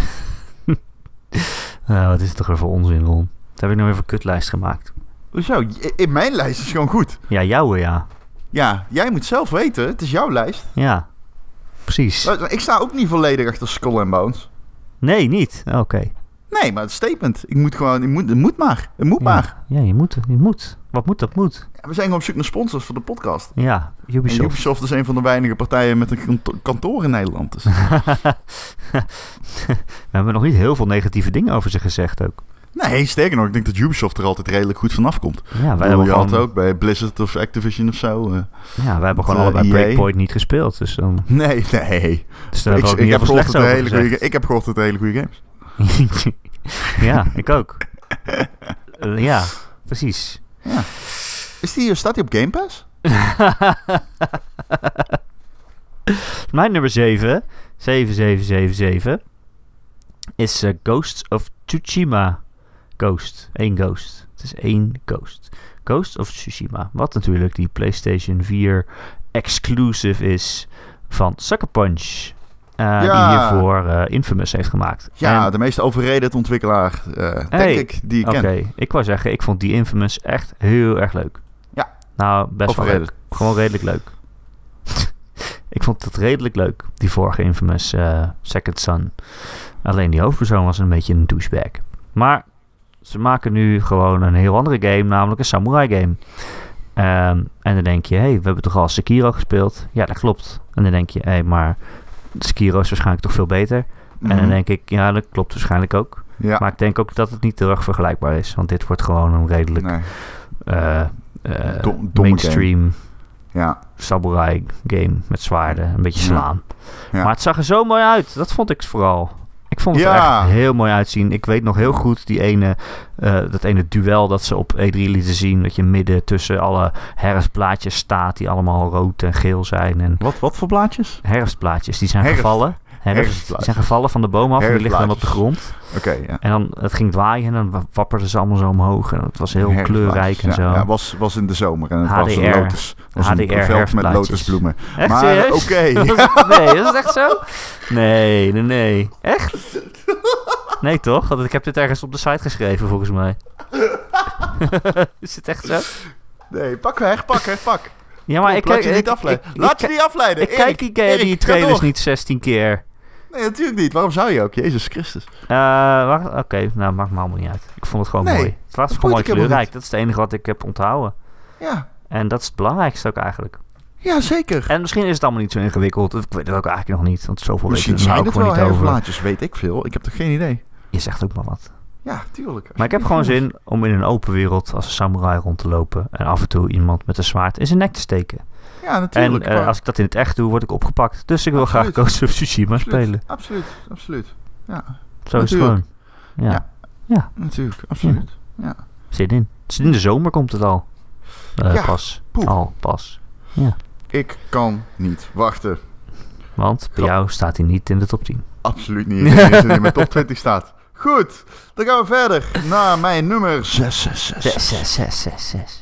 Nou, wat is het toch weer voor onzin, Ron? Dat heb ik nou even een kutlijst gemaakt. Hoezo? In mijn lijst is het gewoon goed. Ja, jouwe, ja. Ja, jij moet zelf weten. Het is jouw lijst. Ja, precies. Ik sta ook niet volledig achter Skull and Bones. Nee, niet? Oké. Okay. Nee, maar het statement. Ik moet gewoon, ik moet, het moet maar. Het moet ja. maar. Ja, je moet. Je moet. Wat moet, dat moet. Ja, we zijn gewoon op zoek naar sponsors voor de podcast. Ja, Ubisoft. En Ubisoft is een van de weinige partijen met een kantoor in Nederland. Dus. We hebben nog niet heel veel negatieve dingen over ze gezegd ook. Nee, sterker nog, ik denk dat Ubisoft er altijd redelijk goed vanaf komt. Ja, wij hebben je gewoon... had ook bij Blizzard of Activision of zo. Uh, ja, wij hebben gewoon uh, allebei E A. Breakpoint niet gespeeld. Dus dan... Nee, nee. Dus ik, ik, ik, heb gehoord dat hele goeie, ik heb gehoord dat het hele goede games. Ja, ik ook. uh, ja, precies. Ja. Is die, staat die op Game Pass? Mijn nummer zeven, zeven zeven zeven zeven, is uh, Ghosts of Tsushima. Ghost, één Ghost. Het is één Ghost. Ghost of Tsushima. Wat natuurlijk die PlayStation vier exclusive is van Sucker Punch. Uh, ja. Die hiervoor uh, Infamous heeft gemaakt. Ja, en... en... de meest overrated ontwikkelaar, uh, denk hey, ik, die ik okay. ken. Oké, ik wou zeggen, ik vond die Infamous echt heel erg leuk. Ja. Nou, best wel leuk. Gewoon redelijk leuk. Ik vond het redelijk leuk, die vorige Infamous uh, Second Son. Alleen die hoofdpersoon was een beetje een douchebag. Maar ze maken nu gewoon een heel andere game, namelijk een samurai game. Um, en dan denk je, hé, hey, we hebben toch al Sekiro gespeeld? Ja, dat klopt. En dan denk je, hé, hey, maar Sekiro is waarschijnlijk toch veel beter. Mm-hmm. En dan denk ik, ja, dat klopt waarschijnlijk ook. Ja. Maar ik denk ook dat het niet heel erg vergelijkbaar is. Want dit wordt gewoon een redelijk nee. uh, uh, Dom, mainstream game. Ja. Samurai game met zwaarden. Een beetje slaan. Ja. Ja. Maar het zag er zo mooi uit. Dat vond ik vooral. Ik vond het ja. er echt heel mooi uitzien. Ik weet nog heel goed die ene, uh, dat ene duel dat ze op E drie lieten zien. Dat je midden tussen alle herfstblaadjes staat die allemaal rood en geel zijn. En wat, wat voor blaadjes? Herfstblaadjes. Die zijn Herfst. gevallen. Herfst. Die zijn gevallen van de boom af en die liggen dan op de grond. Okay, ja. En dan het ging waaien en dan wapperden ze allemaal zo omhoog. En het was heel kleurrijk en ja, zo. Ja, het was, was in de zomer en het H D R, was een lotus. Het was een veld met lotusbloemen. Echt maar serieus? Oké. Okay. Nee, is het echt zo? Nee, nee, nee. Echt? Nee toch? Want ik heb dit ergens op de site geschreven volgens mij. Is het echt zo? Nee, pak weg, pak weg, pak. Ja, maar Kom, ik laat kijk, je niet ik, afleiden. Ik, laat ik, je niet afleiden. Ik Erik, kijk die, Erik, die trailers niet zestien keer. Nee, natuurlijk niet. Waarom zou je ook? Jezus Christus. Uh, Oké, okay. nou maakt me allemaal niet uit. Ik vond het gewoon nee, mooi. Het was gewoon mooi kleurrijk. Dat is het enige wat ik heb onthouden. Ja. En dat is het belangrijkste ook eigenlijk. Ja, zeker. En misschien is het allemaal niet zo ingewikkeld. Ik weet het ook eigenlijk nog niet. Want zoveel misschien weet ik zijn er het ook wel niet over. Blaadjes, weet ik veel. Ik heb toch geen idee. Je zegt ook maar wat. Ja, tuurlijk. Maar ik heb gewoon zin om in een open wereld als een samurai rond te lopen. En af en toe iemand met een zwaard in zijn nek te steken. Ja, natuurlijk. En uh, als ik dat in het echt doe, word ik opgepakt. Dus ik wil absoluut. graag Ghost of Tsushima absoluut. spelen. Absoluut, absoluut. Ja. Zo is het gewoon. Ja. ja. Ja. Natuurlijk, absoluut. Ja. Ja. Zit in. In de zomer komt het al. Uh, ja. Pas. Poeh. Al, pas. Ja. Ik kan niet wachten. Want bij jou staat hij niet in de top tien. Absoluut niet. Ik denk dat hij in mijn top twintig staat. Goed, dan gaan we verder naar mijn nummer zes zes zes. zes zes zes zes zes.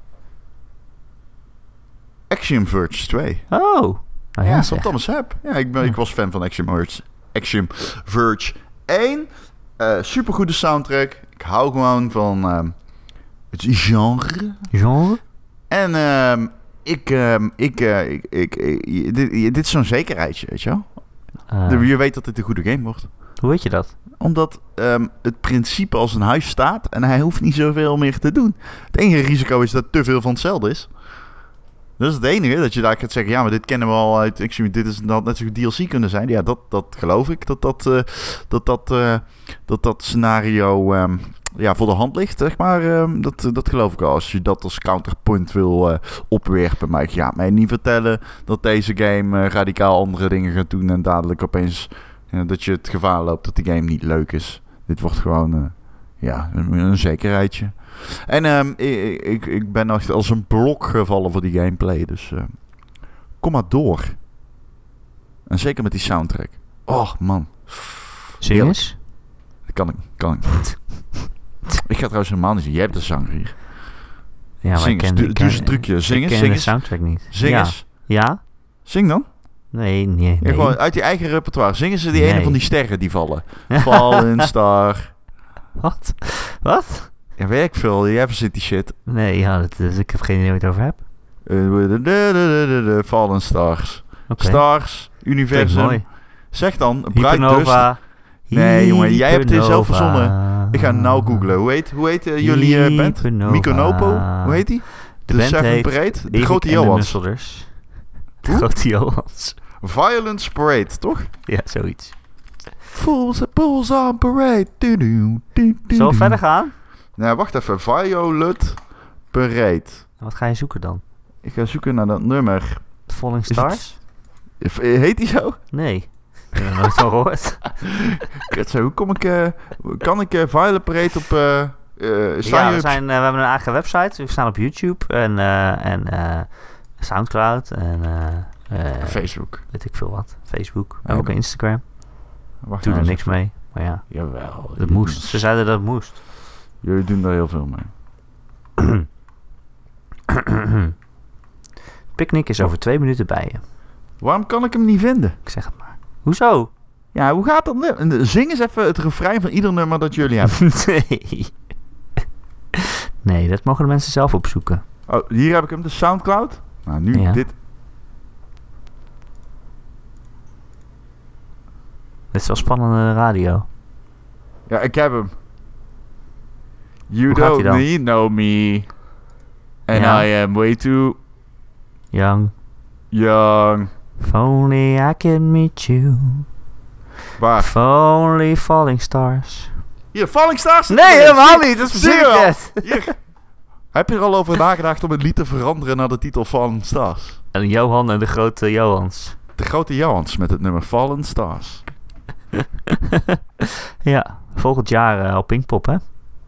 Axiom Verge twee. Oh. Nou ja, ja van Thomas Hebb. Ja, ik, ben, ja. ik was fan van Axiom Verge, Axiom Verge één. Uh, supergoede soundtrack. Ik hou gewoon van uh, het genre. Genre? En uh, Ik, um, ik, uh, ik, ik, ik dit, dit is zo'n zekerheidje, weet je wel? Uh, je weet dat dit een goede game wordt. Hoe weet je dat? Omdat um, het principe als een huis staat en hij hoeft niet zoveel meer te doen. Het enige risico is dat te veel van hetzelfde is. Dat is het enige, dat je daar gaat zeggen, ja, maar dit kennen we al uit, ik zie, dit is dat net zo D L C kunnen zijn. Ja, dat, dat geloof ik, dat dat, uh, dat, dat, uh, dat, dat scenario um, ja, voor de hand ligt, zeg maar. Um, dat, dat geloof ik wel, als je dat als counterpoint wil uh, opwerpen. Maar ik ga mij niet vertellen dat deze game uh, radicaal andere dingen gaat doen en dadelijk opeens uh, dat je het gevaar loopt dat die game niet leuk is. Dit wordt gewoon uh, ja, een, een zekerheidje. En um, ik, ik, ik ben echt als een blok gevallen voor die gameplay. Dus uh, kom maar door. En zeker met die soundtrack. Oh, man. Zing eens? Dat kan ik, kan ik niet. Ik ga trouwens helemaal niet zien. Jij hebt de zanger hier. Ja, maar zing eens. Doe eens een trucje. Zing eens. Ik ken zing de eens. soundtrack niet. Zing ja. eens. Ja? Zing dan. Nee, nee, nee. Ja, gewoon uit je eigen repertoire. Zingen ze die nee. ene van die sterren die vallen. Fallen Star. Wat? Wat? Ja, weet ik veel. Jij verzint die shit. Nee, ja, dat is, ik heb geen idee waar je het over hebt. Uh, Fallen Stars. Okay. Stars. Universum. Mooi. Zeg dan. Hypernova. Nee, jongen. Jij hebt het zelf verzonnen. Ik ga nou googlen. Hoe heet, hoe heet uh, jullie uh, band? Mikonopo? Hoe heet die? De, de band Seven heet Parade? De Grote Johans. De, de Grote Johans. Violence Parade, toch? Ja, zoiets. Fools and Bulls on Parade. Du -du, du -du, Zullen we verder gaan? Nou, wacht even. Violet Parade. Wat ga je zoeken dan? Ik ga zoeken naar dat nummer. Falling Stars? Het, heet die zo? Nee. Ik heb er nooit van gehoord. Zo, hoe kom ik... Uh, kan ik uh, Violet Parade op... Uh, uh, ja, we, zijn, uh, we hebben een eigen website. We staan op YouTube en, uh, en uh, Soundcloud en... Uh, uh, Facebook. Weet ik veel wat. Facebook. Ja, ook een Instagram. Wacht Doe nou er niks even. mee. Maar ja. Jawel. Het moest. Ze zeiden dat het moest. Jullie doen daar heel veel mee. Picnic is over twee minuten bij je. Waarom kan ik hem niet vinden? Ik zeg het maar. Hoezo? Ja, hoe gaat dat? Zing eens even het refrein van ieder nummer dat jullie hebben. Nee. Nee, dat mogen de mensen zelf opzoeken. Oh, hier heb ik hem, de Soundcloud. Nou, nu ja. dit. Dit is wel spannende radio. Ja, ik heb hem. You Hoe don't dan? need know me. And ja. I am way too... Young. Young. If only I can meet you. Waar? If only falling stars. Hier, Falling Stars. Nee, helemaal niet. Dat is serieus. Hier. Heb je er al over nagedacht om het lied te veranderen naar de titel Falling Stars? En Johan en de grote Johans. De grote Johans met het nummer Fallen Stars. Ja, volgend jaar uh, op Pinkpop, hè?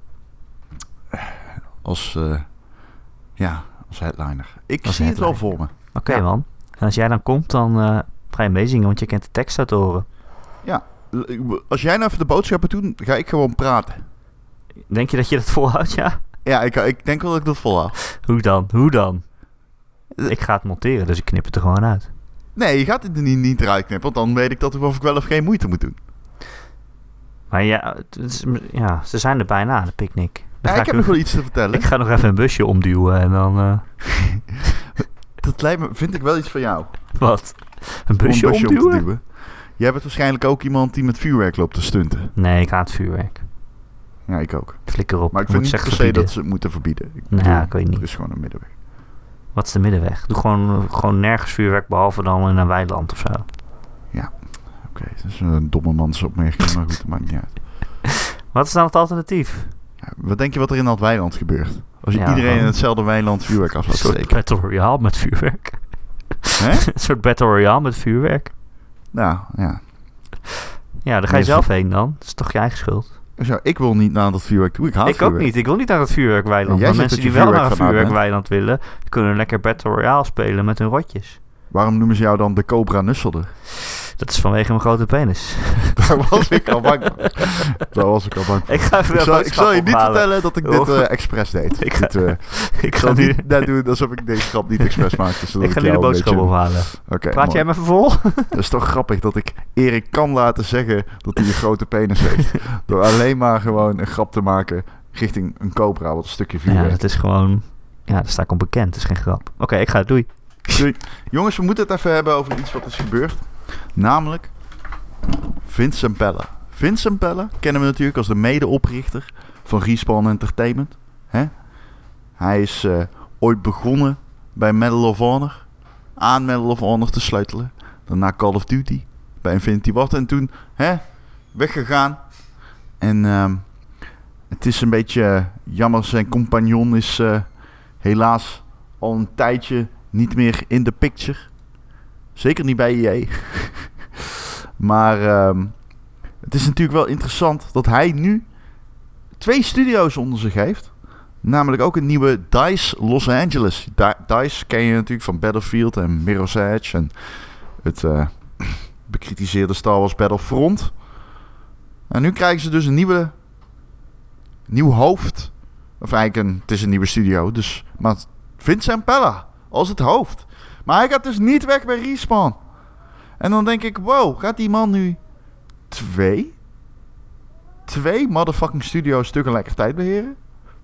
Als, uh, ja, als headliner. Ik als zie headliner. het wel voor me. Oké, okay, ja. man. En als jij dan komt, dan uh, ga je meezingen, want je kent de tekst uit te horen. Ja, als jij nou even de boodschappen doet, ga ik gewoon praten. Denk je dat je dat volhoudt, ja? Ja, ik, ik denk wel dat ik dat volhoud. Hoe dan? Hoe dan? Ik ga het monteren, dus ik knip het er gewoon uit. Nee, je gaat het er niet, niet eruit knippen, want dan weet ik dat ik of ik wel of geen moeite moet doen. Maar ja, het is, ja ze zijn er bijna, de picknick. Ja, ik heb nog wel iets te vertellen. Ik ga nog even een busje omduwen en dan... Uh... dat lijkt me, vind ik wel iets van jou. Wat? Een busje, een busje omduwen? om te duwen. Jij bent waarschijnlijk ook iemand die met vuurwerk loopt te stunten. Nee, ik haat vuurwerk. Ja, ik ook. Flikker op. Maar ik vind niet per se dat ze het moeten verbieden. Ik nou, bedoel, ik weet niet. Er is gewoon een middenweg. Wat is de middenweg? Doe gewoon, gewoon nergens vuurwerk, behalve dan in een weiland of zo. Ja, oké. Okay. Dat is een domme mansopmerking, maar goed, dat maakt niet uit. Wat is dan het alternatief? Ja, wat denk je wat er in dat weiland gebeurt? Als je ja, iedereen gewoon... in hetzelfde weiland vuurwerk af laat steken. Een soort Battle Royale met vuurwerk. een soort Battle Royale met vuurwerk. Nou, ja. Ja, daar ga je nee, zelf heen dan. Dat is toch je eigen schuld. Ja, ik wil niet naar dat vuurwerk toe. Ik haat Ik vuurwerk. ook niet. Ik wil niet naar het vuurwerkweiland. Ja, maar mensen die wel naar het vuurwerkweiland willen, die kunnen lekker Battle Royale spelen met hun rotjes. Waarom noemen ze jou dan de Cobra Nusselder? Dat is vanwege mijn grote penis. Daar was ik al bang voor. Daar was ik al bang voor. Ik, ga even ik, zal, ik zal je niet ophalen. vertellen dat ik dit uh, expres deed. Ik ga, dit, uh, ik ga ga nu... niet net doen alsof ik deze grap niet expres maakte. Ik ga nu de boodschap beetje... ophalen. Okay, Praat jij me even vol? Het is toch grappig dat ik Erik kan laten zeggen dat hij een grote penis heeft. Door alleen maar gewoon een grap te maken richting een cobra, wat een stukje vuurwerk. Ja, dat is gewoon... Ja, daar sta ik op bekend. Dat is geen grap. Oké, okay, ik ga. Doei. Doei. Jongens, we moeten het even hebben over iets wat is gebeurd. Namelijk Vince Zampella. Vince Zampella kennen we natuurlijk als de medeoprichter van Respawn Entertainment. Hè? Hij is uh, ooit begonnen bij Medal of Honor. Aan Medal of Honor te sleutelen. Daarna Call of Duty. Bij Infinity Ward. En toen hè, weggegaan. En uh, het is een beetje uh, jammer. Zijn compagnon is uh, helaas al een tijdje niet meer in de picture. Zeker niet bij E A. Maar uh, het is natuurlijk wel interessant dat hij nu twee studio's onder zich heeft. Namelijk ook een nieuwe DICE Los Angeles. DICE ken je natuurlijk van Battlefield en Mirror's Edge. En het uh, bekritiseerde Star Wars Battlefront. En nu krijgen ze dus een nieuwe... Nieuw hoofd. Of eigenlijk een... Het is een nieuwe studio. Dus, maar Vince Zampella als het hoofd. Maar hij gaat dus niet weg bij Respawn. En dan denk ik... Wow, gaat die man nu... Twee? Twee motherfucking studio's tegelijkertijd beheren?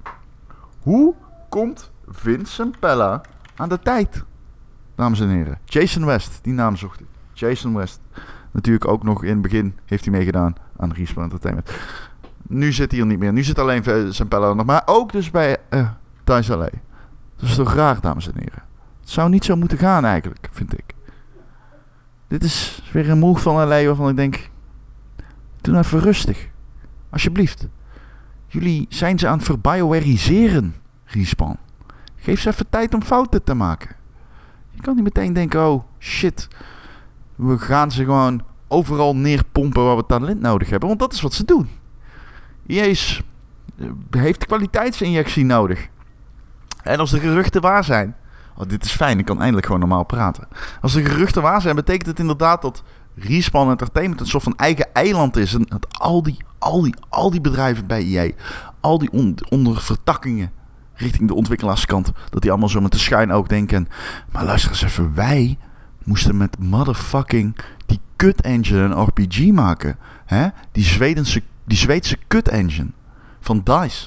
Hoe komt Vince Zampella aan de tijd? Dames en heren. Jason West, die naam zocht ik. Jason West. Natuurlijk ook nog in het begin heeft hij meegedaan aan Respawn Entertainment. Nu zit hij er niet meer. Nu zit alleen Zampella nog. Maar ook dus bij uh, DICE L A. Dat is toch raar, dames en heren. Het zou niet zo moeten gaan eigenlijk, vind ik. Dit is weer een move van L A waarvan ik denk... Doe nou even rustig. Alsjeblieft. Jullie zijn ze aan het verbiowariseren, Respawn. Geef ze even tijd om fouten te maken. Je kan niet meteen denken, oh shit. We gaan ze gewoon overal neerpompen waar we talent nodig hebben. Want dat is wat ze doen. E A is, heeft kwaliteitsinjectie nodig. En als de geruchten waar zijn... Oh, dit is fijn, ik kan eindelijk gewoon normaal praten. Als de geruchten waar zijn, betekent het inderdaad dat Respawn Entertainment een soort van eigen eiland is. En dat al die, al die, al die bedrijven bij E A, al die on, ondervertakkingen richting de ontwikkelaarskant, dat die allemaal zo met de schuin ook denken. Maar luister eens even, wij moesten met motherfucking die kut engine een R P G maken. Hè? Die Zwedense, die Zweedse kut engine van DICE.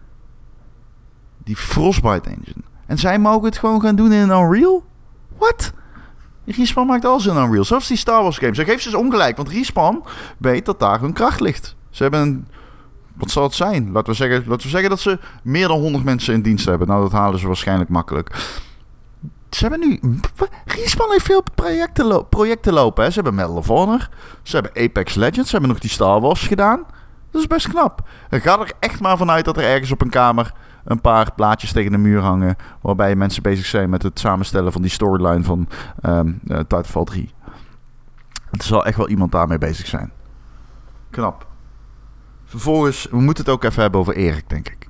Die Frostbite engine. En zij mogen het gewoon gaan doen in een Unreal? What? Respawn maakt alles in Unreal. Zelfs die Star Wars games. Zij geeft ze dus ongelijk. Want Respawn weet dat daar hun kracht ligt. Ze hebben een... Wat zal het zijn? Laten we zeggen, laten we zeggen dat ze meer dan honderd mensen in dienst hebben. Nou, dat halen ze waarschijnlijk makkelijk. Ze hebben nu... Respawn heeft veel projecten, lo- projecten lopen. Hè. Ze hebben Medal of Honor. Ze hebben Apex Legends. Ze hebben nog die Star Wars gedaan. Dat is best knap. En ga er echt maar vanuit dat er ergens op een kamer... een paar plaatjes tegen de muur hangen... waarbij mensen bezig zijn met het samenstellen van die storyline van um, uh, Titanfall drie. Er zal echt wel iemand daarmee bezig zijn. Knap. Vervolgens, we moeten het ook even hebben over Erik, denk ik.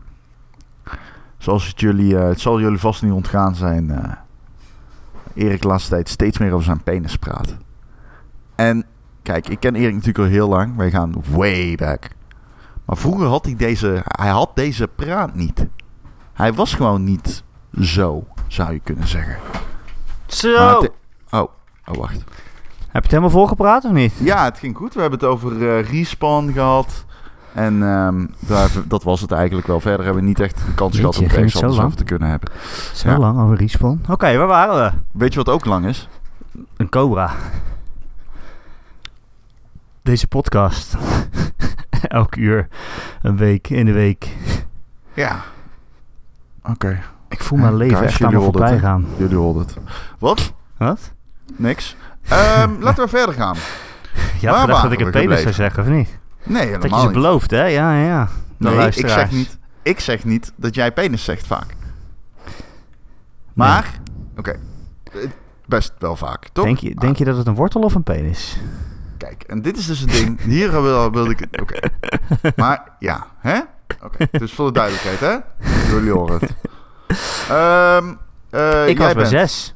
Zoals het jullie... Uh, het zal jullie vast niet ontgaan zijn... Uh, Erik de laatste tijd steeds meer over zijn penis praat. En kijk, ik ken Erik natuurlijk al heel lang. Wij gaan way back. Maar vroeger had hij deze... Hij had deze praat niet. Hij was gewoon niet zo, zou je kunnen zeggen. Zo! Te- oh, oh, wacht. Heb je het helemaal volgepraat of niet? Ja, het ging goed. We hebben het over uh, Respawn gehad. En um, daar, dat was het eigenlijk wel. Verder hebben we niet echt de kans gehad om het ergens anders over te kunnen hebben. Zo ja. lang over Respawn. Oké, okay, waar waren we? Weet je wat ook lang is? Een cobra. Deze podcast. Elk uur, een week, in de week. Ja. Oké. Okay. Ik voel mijn leven echt aan me voorbij gaan. Jullie hoorden het. Wat? Wat? Niks. Um, laten we verder gaan. Ja, ik dacht dat ik een penis zou zeggen, of niet? Nee, helemaal niet. Dat je ze belooft, hè? Ja, ja, ja. Nee, ik zeg, niet, ik zeg niet dat jij penis zegt vaak. Maar, nee. Oké. Okay. Best wel vaak, toch? Denk je, denk je dat het een wortel of een penis? Kijk, en dit is dus het ding. Hier wil, wil ik... Oké. Okay. Maar, ja. Hè? Oké. Okay. Dus voor de duidelijkheid, hè? Jullie horen het. Um, uh, ik was bij bent... zes.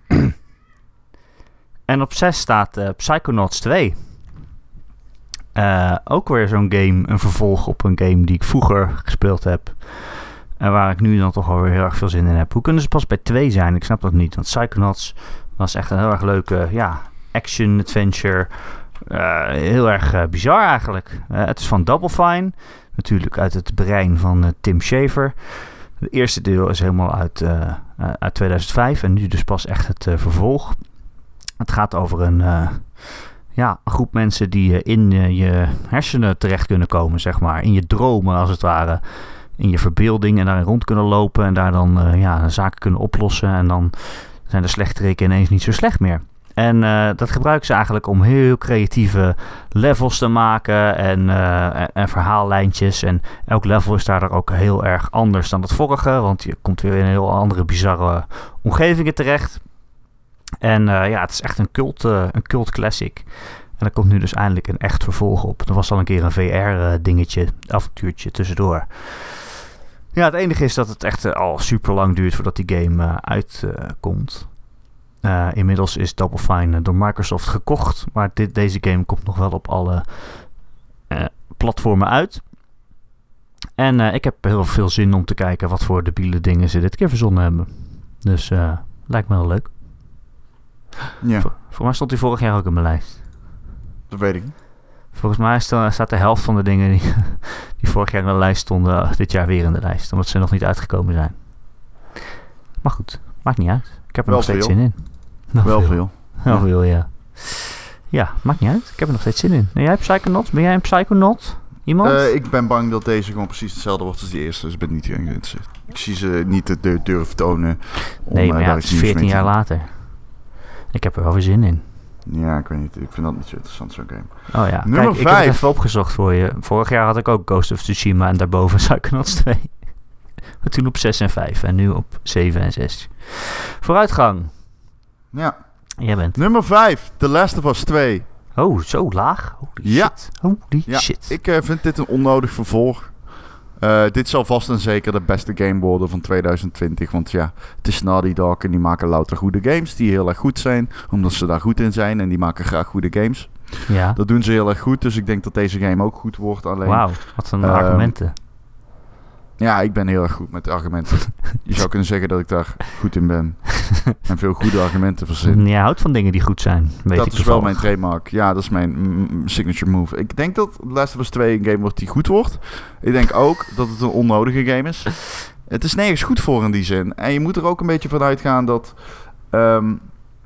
En op zes staat uh, Psychonauts twee. Uh, ook weer zo'n game, een vervolg op een game die ik vroeger gespeeld heb. En waar ik nu dan toch alweer heel erg veel zin in heb. Hoe kunnen ze pas bij twee zijn? Ik snap dat niet. Want Psychonauts was echt een heel erg leuke ja, action-adventure. Uh, heel erg uh, bizar eigenlijk. Uh, het is van Double Fine. Natuurlijk uit het brein van uh, Tim Schafer. Het eerste deel is helemaal uit, uh, uit tweeduizend vijf en nu dus pas echt het uh, vervolg. Het gaat over een, uh, ja, een groep mensen die uh, in uh, je hersenen terecht kunnen komen, zeg maar. In je dromen, als het ware. In je verbeelding en daarin rond kunnen lopen en daar dan uh, ja, zaken kunnen oplossen. En dan zijn de slechteriken ineens niet zo slecht meer. En uh, dat gebruiken ze eigenlijk om heel creatieve levels te maken en, uh, en, en verhaallijntjes. En elk level is daar ook heel erg anders dan het vorige, want je komt weer in heel andere bizarre omgevingen terecht. En uh, ja, het is echt een cult, uh, een cult classic. En er komt nu dus eindelijk een echt vervolg op. Er was al een keer een V R-dingetje, uh, avontuurtje tussendoor. Ja, het enige is dat het echt uh, al super lang duurt voordat die game uh, uitkomt. Uh, uh, inmiddels is Double Fine uh, door Microsoft gekocht. Maar dit, deze game komt nog wel op alle uh, platformen uit. En uh, ik heb heel veel zin om te kijken wat voor debiele dingen ze dit keer verzonnen hebben. Dus uh, lijkt me heel leuk. Ja. Voor, voor mij stond hij vorig jaar ook in mijn lijst. Dat weet ik niet. Volgens mij staat de helft van de dingen die, die vorig jaar in de lijst stonden, dit jaar weer in de lijst. Omdat ze nog niet uitgekomen zijn. Maar goed, maakt niet uit. Ik heb er Wel nog steeds veel. zin in. Nog Wel veel. veel. Wel Ja. veel, ja. Ja, maakt niet uit. Ik heb er nog steeds zin in. En jij Psychonauts? Ben jij een Psychonaut? Iemand? Uh, ik ben bang dat deze gewoon precies hetzelfde wordt als die eerste. Dus ik ben niet geïnteresseerd. Ik zie ze niet de deur durven tonen. Om, nee, uh, maar ja, daar het iets is nieuws veertien mee te jaar doen. later. Ik heb er wel weer zin in. Ja, ik weet niet. Ik vind dat niet zo interessant, zo'n game. Oh ja, Nummer kijk, ik heb vijf. het even opgezocht voor je. Vorig jaar had ik ook Ghost of Tsushima en daarboven Psychonauts twee. Maar toen op zes en vijf en nu op zeven en zes. Vooruitgang. Ja. Jij bent. Nummer vijf. The Last of Us twee. Oh, zo laag? Holy Ja. shit. Holy Ja, shit. ik uh, vind dit een onnodig vervolg. Uh, dit zal vast en zeker de beste game worden van twintig twintig. Want ja, het is Naughty Dog en die maken louter goede games die heel erg goed zijn. Omdat ze daar goed in zijn en die maken graag goede games. Ja. Dat doen ze heel erg goed, dus ik denk dat deze game ook goed wordt. Alleen, Wauw, wat een uh, argumenten. Ja, ik ben heel erg goed met de argumenten. Je zou kunnen zeggen dat ik daar goed in ben. En veel goede argumenten verzin. Je houdt van dingen die goed zijn, weet Dat ik is wel toevallig. mijn trademark. Ja, dat is mijn mm, signature move. Ik denk dat Last of Us twee een game wordt die goed wordt. Ik denk ook dat het een onnodige game is. Het is nergens goed voor in die zin. En je moet er ook een beetje van uitgaan dat... Um,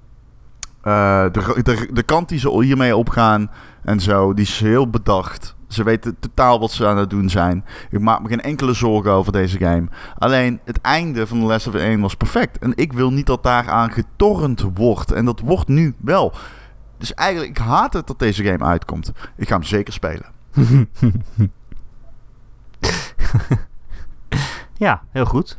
uh, de, de, de kant die ze hiermee opgaan en zo, die is heel bedacht. Ze weten totaal wat ze aan het doen zijn. Ik maak me geen enkele zorgen over deze game. Alleen het einde van The Last of Us één was perfect. En ik wil niet dat daaraan getorrend wordt. En dat wordt nu wel. Dus eigenlijk, ik haat het dat deze game uitkomt. Ik ga hem zeker spelen. Ja, heel goed.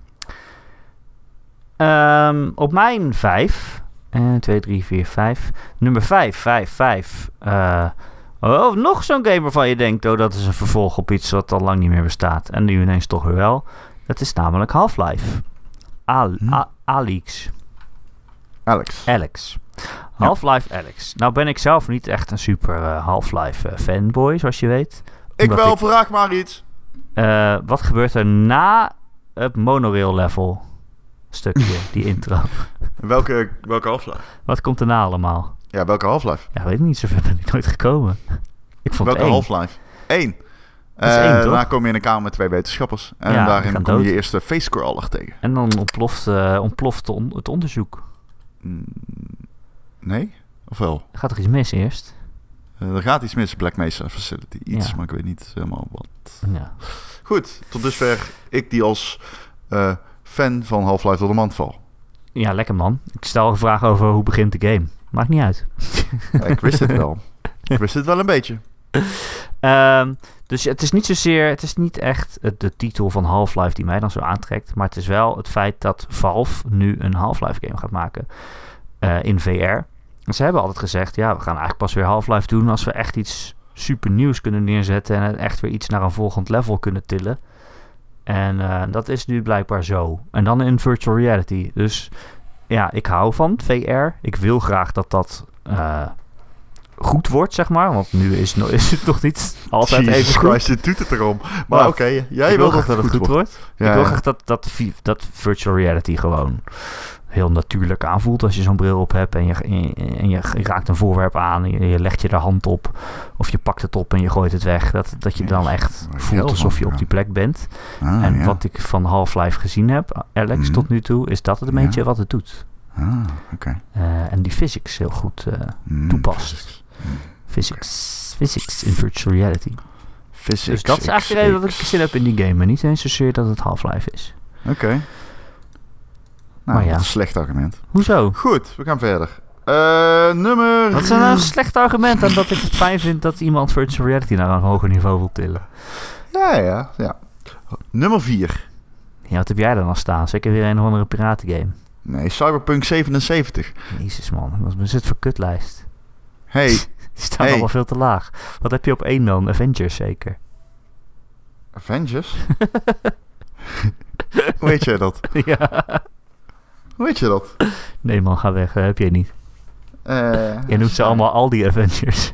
Um, op mijn vijf. En twee, drie, vier, vijf. Nummer vijf, vijf, vijf. Uh, oh, nog zo'n game waarvan je denkt, oh, dat is een vervolg op iets wat al lang niet meer bestaat. En nu ineens toch weer wel. Dat is namelijk Half-Life. Al- Hm? A- Alyx. Alex. Alex. Half-Life Alyx. Nou ben ik zelf niet echt een super uh, Half-Life uh, fanboy, zoals je weet. Ik Omdat wel, ik- vraag maar iets. Uh, wat gebeurt er na het monorail level stukje, die intro? Welke, welke Half-Life? Wat komt erna allemaal? Ja, welke Half-Life? Ja, weet ik niet, zover ben ik nooit gekomen. Ik vond Welke het één. Half-Life? Eén. Dat is Uh, één, toch? daarna kom je in een kamer met twee wetenschappers. En Ja, die daarin gaan kom je dood. je eerste facecrawler tegen. En dan ontploft, uh, ontploft de on- het onderzoek. Mm, nee? Of wel? Gaat er iets mis eerst? Uh, er gaat iets mis, Black Mesa Facility. Iets, Ja. maar ik weet niet helemaal wat. Ja. Goed, tot dusver ik die als uh, fan van Half-Life door de mand val. Ja, lekker man. Ik stel een vraag over hoe begint de game. Maakt niet uit. Ja, ik wist het wel. Ik wist het wel een beetje. Um, dus het is niet zozeer, het is niet echt de titel van Half-Life die mij dan zo aantrekt. Maar het is wel het feit dat Valve nu een Half-Life game gaat maken uh, in V R. En ze hebben altijd gezegd, ja, we gaan eigenlijk pas weer Half-Life doen als we echt iets super nieuws kunnen neerzetten en echt weer iets naar een volgend level kunnen tillen. En uh, dat is nu blijkbaar zo. En dan in virtual reality. Dus ja, ik hou van V R. Ik wil graag dat dat uh, goed wordt, zeg maar. Want nu is, no- is het nog niet altijd Jesus even goed. Christ, je doet het erom. Maar Maar oké, okay, jij ik wil wil graag dat het goed wordt. wordt. Ja, ik wil ja. graag dat, dat, vi- dat virtual reality gewoon heel natuurlijk aanvoelt als je zo'n bril op hebt en je, en je, en je raakt een voorwerp aan en je, je legt je de hand op of je pakt het op en je gooit het weg. Dat, dat je dan echt voelt alsof je op die plek bent. Ah, en ja. wat ik van Half-Life gezien heb, Alex, mm. tot nu toe, is dat het een beetje ja. wat het doet. Ah, okay. uh, en die physics heel goed uh, mm, toepast. Physics. Mm. Physics. Okay. Physics in virtual reality. Physics. Dus dat is eigenlijk de reden dat ik zin heb in die game. Maar niet eens zozeer dat het Half-Life is. Oké. Okay. Nou, maar ja. Dat is een slecht argument. Hoezo? Goed, we gaan verder. Uh, nummer... Wat is nou een slecht argument aan dat ik het fijn vind dat iemand virtual reality naar een hoger niveau wil tillen? Ja, ja, ja. Nummer vier. Ja, wat heb jij dan al staan? Zeker weer een of andere piratengame. Nee, Cyberpunk zevenenzeventig. Jezus man, wat is dit voor kutlijst? Hey. Die staan hey. allemaal veel te laag. Wat heb je op één dan? Avengers zeker? Avengers? Hoe weet jij dat? Ja. Hoe weet je dat? Nee man, ga weg. Dat heb je niet. Uh, je noemt ze allemaal Aldi Avengers.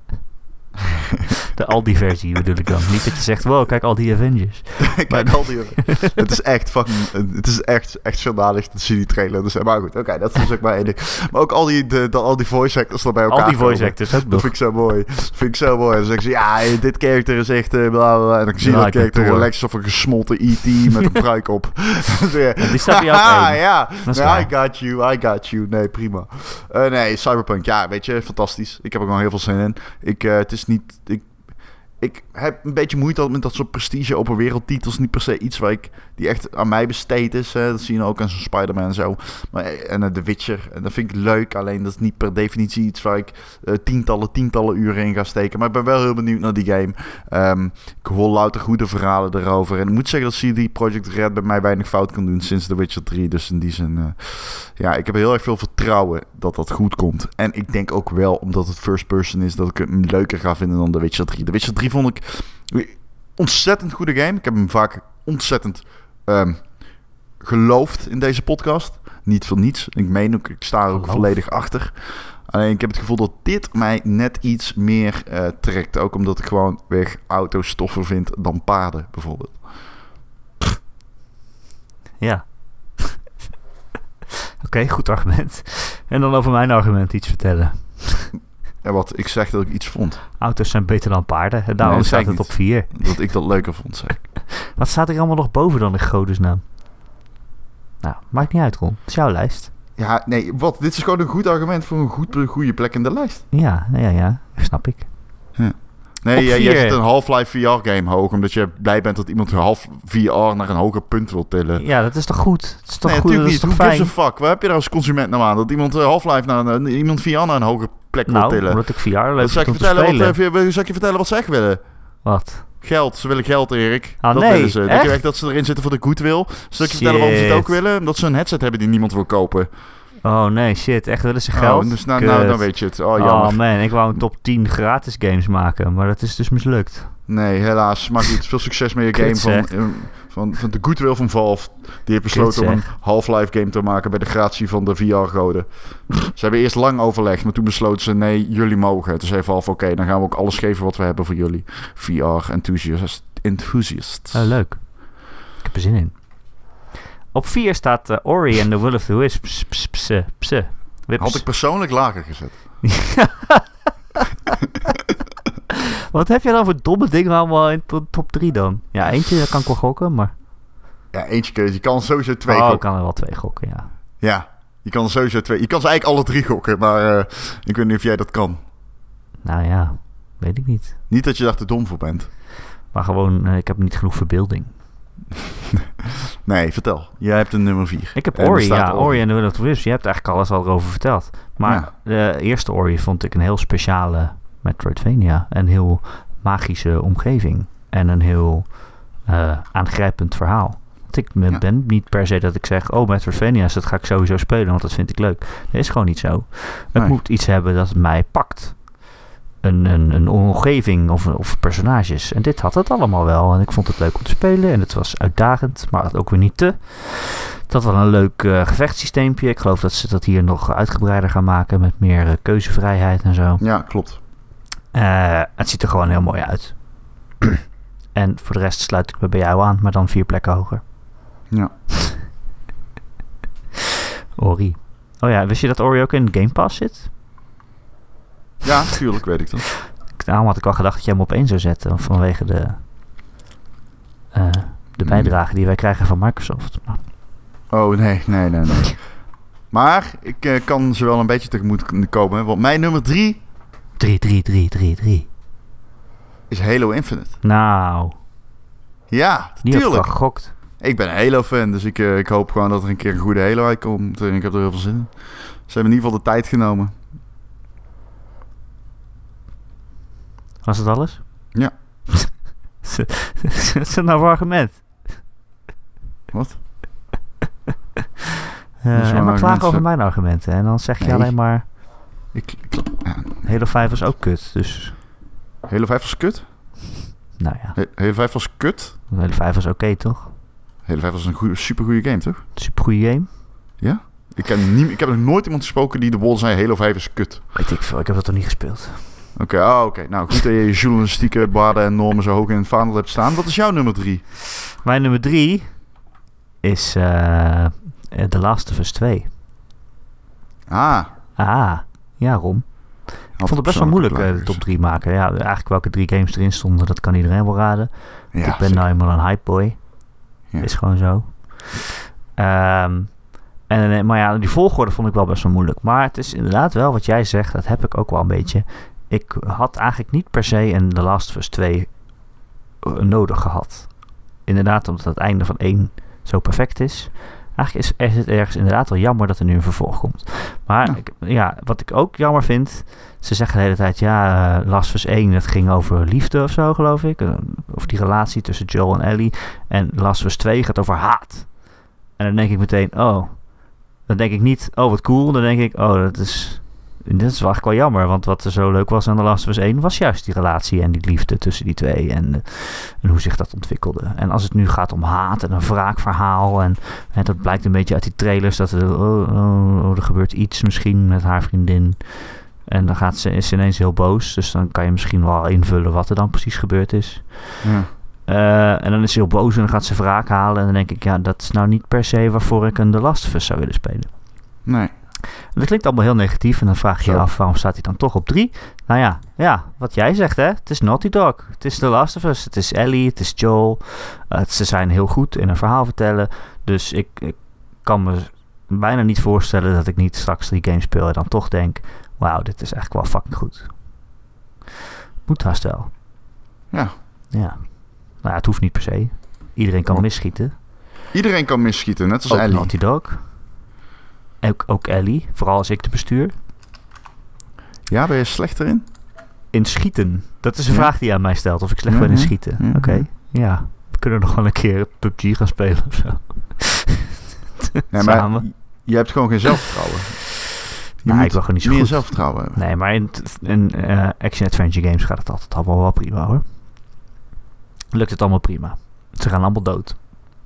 De Aldi-versie bedoel ik dan. Niet dat je zegt, wow, kijk al die Avengers. Kijk maar, al die Het is echt fucking... Het is echt, echt schandalig te zien die trailer. Dus, maar goed, oké, okay, dat is dus ook maar één ding. Maar ook al die, de, de, al die voice actors er bij elkaar Al die voice komen. actors, ook dat vind ik zo mooi. Dat vind ik zo mooi. Dan zeggen ze, ja, dit karakter is echt... Uh, bla, bla, en dan zie je ja, dat karakter relaxed of een gesmolten E T met een pruik op. Ja, die staat bij jou op één. Ja, nee, I got you, I got you. Nee, prima. Uh, nee, Cyberpunk, ja, weet je, fantastisch. Ik heb er gewoon heel veel zin in. Ik, uh, het is niet... Ik, Ik heb een beetje moeite met dat soort prestige open wereldtitels. Niet per se iets waar ik, die echt aan mij besteed is. Hè. Dat zie je ook aan zo'n Spider-Man en zo. Maar, en uh, The Witcher. En dat vind ik leuk. Alleen dat is niet per definitie iets waar ik uh, tientallen, tientallen uren in ga steken. Maar ik ben wel heel benieuwd naar die game. Um, ik hoor louter goede verhalen erover. En ik moet zeggen dat C D Projekt Red bij mij weinig fout kan doen sinds The Witcher drie. Dus in die zin... Uh, ja, ik heb heel erg veel vertrouwen dat dat goed komt. En ik denk ook wel, omdat het first person is, dat ik hem leuker ga vinden dan The Witcher drie. The Witcher drie vond ik een ontzettend goede game. Ik heb hem vaak ontzettend um, geloofd in deze podcast. Niet voor niets. Ik meen ook, ik sta er ook volledig achter. Alleen ik heb het gevoel dat dit mij net iets meer uh, trekt. Ook omdat ik gewoon weer auto's toffer vind dan paarden, bijvoorbeeld. Ja. Oké, okay, goed argument. En dan over mijn argument iets vertellen. Ja, wat? Ik zeg dat ik iets vond. Auto's zijn beter dan paarden. En daarom nee, staat het op vier. Dat ik dat leuker vond, zeg. Wat staat er allemaal nog boven dan in godesnaam? Nou, maakt niet uit, Ron. Het is jouw lijst. Ja, nee, wat? Dit is gewoon een goed argument voor een goed, goede plek in de lijst. Ja, ja, ja. Snap ik. Ja. Nee, jij, jij zet een Half-Life V R-game hoog, omdat je blij bent dat iemand half V R naar een hoger punt wil tillen. Ja, dat is toch goed? Dat is toch nee, goed? natuurlijk niet. Hoe gives a fuck? Waar heb je daar als consument nou aan? Dat iemand uh, Half-Life naar een, uh, iemand V R naar een hoger plek nou, wil tillen. Nou, omdat ik V R leuk vind om te spelen. Wat, uh, zal ik je vertellen wat ze echt willen? Wat? Geld. Ze willen geld, Erik. Ah, dat nee, willen ze. echt? Denk je echt dat ze erin zitten voor de goodwill? Zal ik je vertellen waarom ze het ook willen? Omdat ze een headset hebben die niemand wil kopen. Oh nee, shit. Echt willen ze geld? Oh, dus nou, nou, dan weet je het. Oh, jammer. Oh man, ik wou een top tien gratis games maken, maar dat is dus mislukt. Nee, helaas. Maar goed, veel succes met je game van, van, van de goodwill van Valve. Die heeft besloten om een Half-Life game te maken bij de gratie van de V R-goden. Ze hebben eerst lang overlegd, maar toen besloten ze, nee, jullie mogen. Toen zei Valve, oké, okay, dan gaan we ook alles geven wat we hebben voor jullie. V R-enthusiasts. Enthusiasts. Oh, leuk. Ik heb er zin in. Op vier staat uh, Ori and the Will of the Wisps. Ps, ps, ps, ps. Had ik persoonlijk lager gezet. Wat heb je dan voor domme dingen allemaal in to- top drie dan? Ja, eentje dat kan ik wel gokken, maar... Ja, eentje keuze. Je kan sowieso twee oh, gokken. Oh, ik kan er wel twee gokken, ja. Ja, je kan sowieso twee... Je kan ze eigenlijk alle drie gokken, maar uh, ik weet niet of jij dat kan. Nou ja, weet ik niet. Niet dat je daar te dom voor bent. Maar gewoon, uh, ik heb niet genoeg verbeelding. Nee, vertel. Jij hebt een nummer vier. Ik heb Ori, ja. Ori, Ori en de Will of the Wisps. Je hebt eigenlijk alles al erover verteld. Maar ja. De eerste Ori vond ik een heel speciale Metroidvania. Een heel magische omgeving. En een heel uh, aangrijpend verhaal. Want ik ben ja. niet per se dat ik zeg... Oh, Metroidvania's, dat ga ik sowieso spelen. Want dat vind ik leuk. Dat is gewoon niet zo. Het nee. moet iets hebben dat mij pakt. Een, een, een omgeving of, of personages. En dit had het allemaal wel. En ik vond het leuk om te spelen. En het was uitdagend, maar ook weer niet te. Het had wel een leuk uh, gevechtssysteempje. Ik geloof dat ze dat hier nog uitgebreider gaan maken. Met meer uh, keuzevrijheid en zo. Ja, klopt. Uh, het ziet er gewoon heel mooi uit. En voor de rest sluit ik me bij jou aan. Maar dan vier plekken hoger. Ja. Ori. Oh ja, wist je dat Ori ook in Game Pass zit? Ja, tuurlijk weet ik dat. Daarom had ik al gedacht dat je hem op één zou zetten. Vanwege de, uh, de bijdrage die wij krijgen van Microsoft. Maar... Oh, nee, nee, nee, nee. Maar ik uh, kan ze wel een beetje tegemoet komen. Want mijn nummer drie... drie, drie, drie, drie, drie. Is Halo Infinite. Nou. Ja, die tuurlijk. heb ik al gegokt. Ik ben een Halo-fan, dus ik, uh, ik hoop gewoon dat er een keer een goede Halo uitkomt. En ik heb er heel veel zin in. Ze hebben in ieder geval de tijd genomen. Was dat alles? Ja. Wat is dat nou voor argument? Wat? Uh, en maar klagen over mijn argumenten. En dan zeg je nee. alleen maar... Ik, ik, ja. Halo vijf was ook kut, dus... Halo vijf was kut? Nou ja. He- Halo vijf was kut? Halo vijf was oké, okay, toch? Halo vijf was een goeie, super goede game, toch? Super goede game? Ja? Ik, ken nie, ik heb nog nooit iemand gesproken die de woorden zei Halo vijf is kut. Weet ik veel, ik heb dat toch niet gespeeld. Oké, okay, oh, oké. Okay. Nou, goed dat je je journalistieke waarden en normen zo hoog in het vaandel hebt staan. Wat is jouw nummer drie? Mijn nummer drie is uh, The Last of Us twee. Ah. Ah, ja, Rom. Ik vond het best wel moeilijk, uh, de top drie maken. Ja, eigenlijk welke drie games erin stonden, dat kan iedereen wel raden. Ja, ik ben zeker. Nou eenmaal een hype boy. Ja. Is gewoon zo. Um, en, maar ja, die volgorde vond ik wel best wel moeilijk. Maar het is inderdaad wel wat jij zegt, dat heb ik ook wel een beetje. Ik had eigenlijk niet per se een The Last of Us twee nodig gehad. Inderdaad, omdat het einde van één zo perfect is. Eigenlijk is, is het ergens inderdaad wel jammer dat er nu een vervolg komt. Maar ja. Ik, ja, wat ik ook jammer vind... Ze zeggen de hele tijd... Ja, uh, Last of Us één, dat ging over liefde of zo, geloof ik. Uh, over die relatie tussen Joel en Ellie. En Last of Us twee gaat over haat. En dan denk ik meteen... Oh, dan denk ik niet... Oh, wat cool. Dan denk ik... Oh, dat is... Dit is wel eigenlijk wel jammer, want wat er zo leuk was aan The Last of Us één... was juist die relatie en die liefde tussen die twee en, uh, en hoe zich dat ontwikkelde. En als het nu gaat om haat en een wraakverhaal... en, en dat blijkt een beetje uit die trailers... dat er, oh, oh, oh, er gebeurt iets misschien met haar vriendin... en dan gaat ze, is ze ineens heel boos... dus dan kan je misschien wel invullen wat er dan precies gebeurd is... Ja. Uh, en dan is ze heel boos en dan gaat ze wraak halen... en dan denk ik, ja, dat is nou niet per se... waarvoor ik een The Last of Us zou willen spelen. Nee. En dat klinkt allemaal heel negatief en dan vraag je je af waarom staat hij dan toch op drie? Nou ja, ja, wat jij zegt hè, het is Naughty Dog, het is The Last of Us, het is Ellie, het is Joel. Uh, ze zijn heel goed in een verhaal vertellen, dus ik, ik kan me bijna niet voorstellen dat ik niet straks drie games speel en dan toch denk, wauw, dit is eigenlijk wel fucking goed. Moet haast wel. Ja. Ja. Nou ja, het hoeft niet per se. Iedereen kan oh. misschieten. Iedereen kan misschieten, net als ook Ellie. Naughty Dog. Ook, ook Ellie, vooral als ik de bestuur. Ja, ben je slecht erin? In schieten. Dat is een ja. vraag die je aan mij stelt. Of ik slecht ja, ben in ja. schieten. Ja, Oké, okay. ja. ja. We kunnen nog wel een keer P U B G gaan spelen of zo. Nee, maar Samen. Je hebt gewoon geen zelfvertrouwen. Je nou, moet ik wil gewoon niet zo meer goed. zelfvertrouwen hebben. Nee, maar in, in uh, action-adventure games gaat het altijd allemaal wel prima hoor. Lukt het allemaal prima. Ze gaan allemaal dood.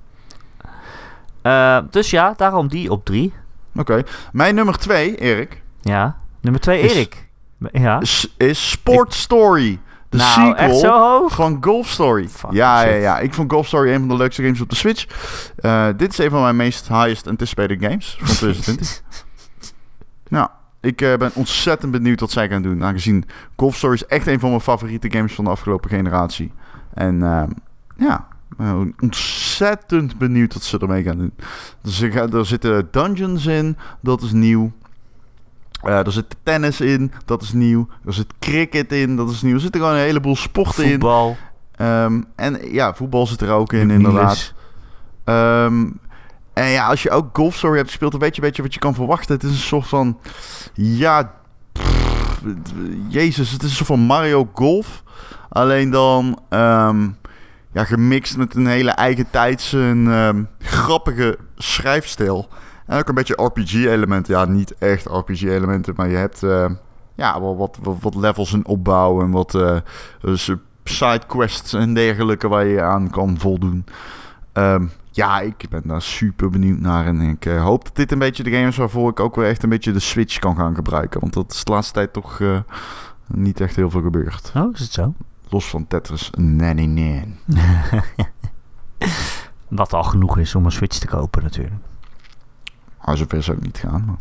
Uh, dus ja, daarom die op drie. Oké. Okay. Mijn nummer twee, Erik. Ja, nummer twee, is, Erik. Ja. Is, is Sport ik, Story. De nou, sequel echt zo hoog? van Golf Story. Fuck ja, ja, ja. Ik vond Golf Story een van de leukste games op de Switch. Uh, dit is een van mijn meest highest anticipated games van twintig twintig. Nou, ik uh, ben ontzettend benieuwd wat zij gaan doen. Aangezien Golf Story is echt een van mijn favoriete games van de afgelopen generatie. En uh, ja... Uh, ontzettend benieuwd wat ze ermee gaan doen. Dus er, gaan, er zitten dungeons in, dat is nieuw. Uh, er zit tennis in, dat is nieuw. Er zit cricket in, dat is nieuw. Er zitten gewoon een heleboel sporten in. Voetbal. Um, en ja, voetbal zit er ook in, inderdaad. Um, en ja, als je ook Golf Story hebt gespeeld, dan weet je een beetje wat je kan verwachten. Het is een soort van... Ja... Pff, Jezus, het is een soort van Mario Golf. Alleen dan... Um, Ja, gemixt met een hele eigen tijdse en um, grappige schrijfstijl. En ook een beetje R P G-elementen. Ja, niet echt R P G-elementen, maar je hebt uh, ja, wel wat, wat, wat levels in opbouw en wat uh, dus sidequests en dergelijke waar je aan kan voldoen. Um, ja, ik ben daar super benieuwd naar en ik uh, hoop dat dit een beetje de game is waarvoor ik ook weer echt een beetje de Switch kan gaan gebruiken. Want dat is de laatste tijd toch uh, niet echt heel veel gebeurd. Oh, is het zo? Los van Tetris negenennegentig. Wat al genoeg is om een Switch te kopen natuurlijk. Ah, zover zou ik niet gaan. Maar...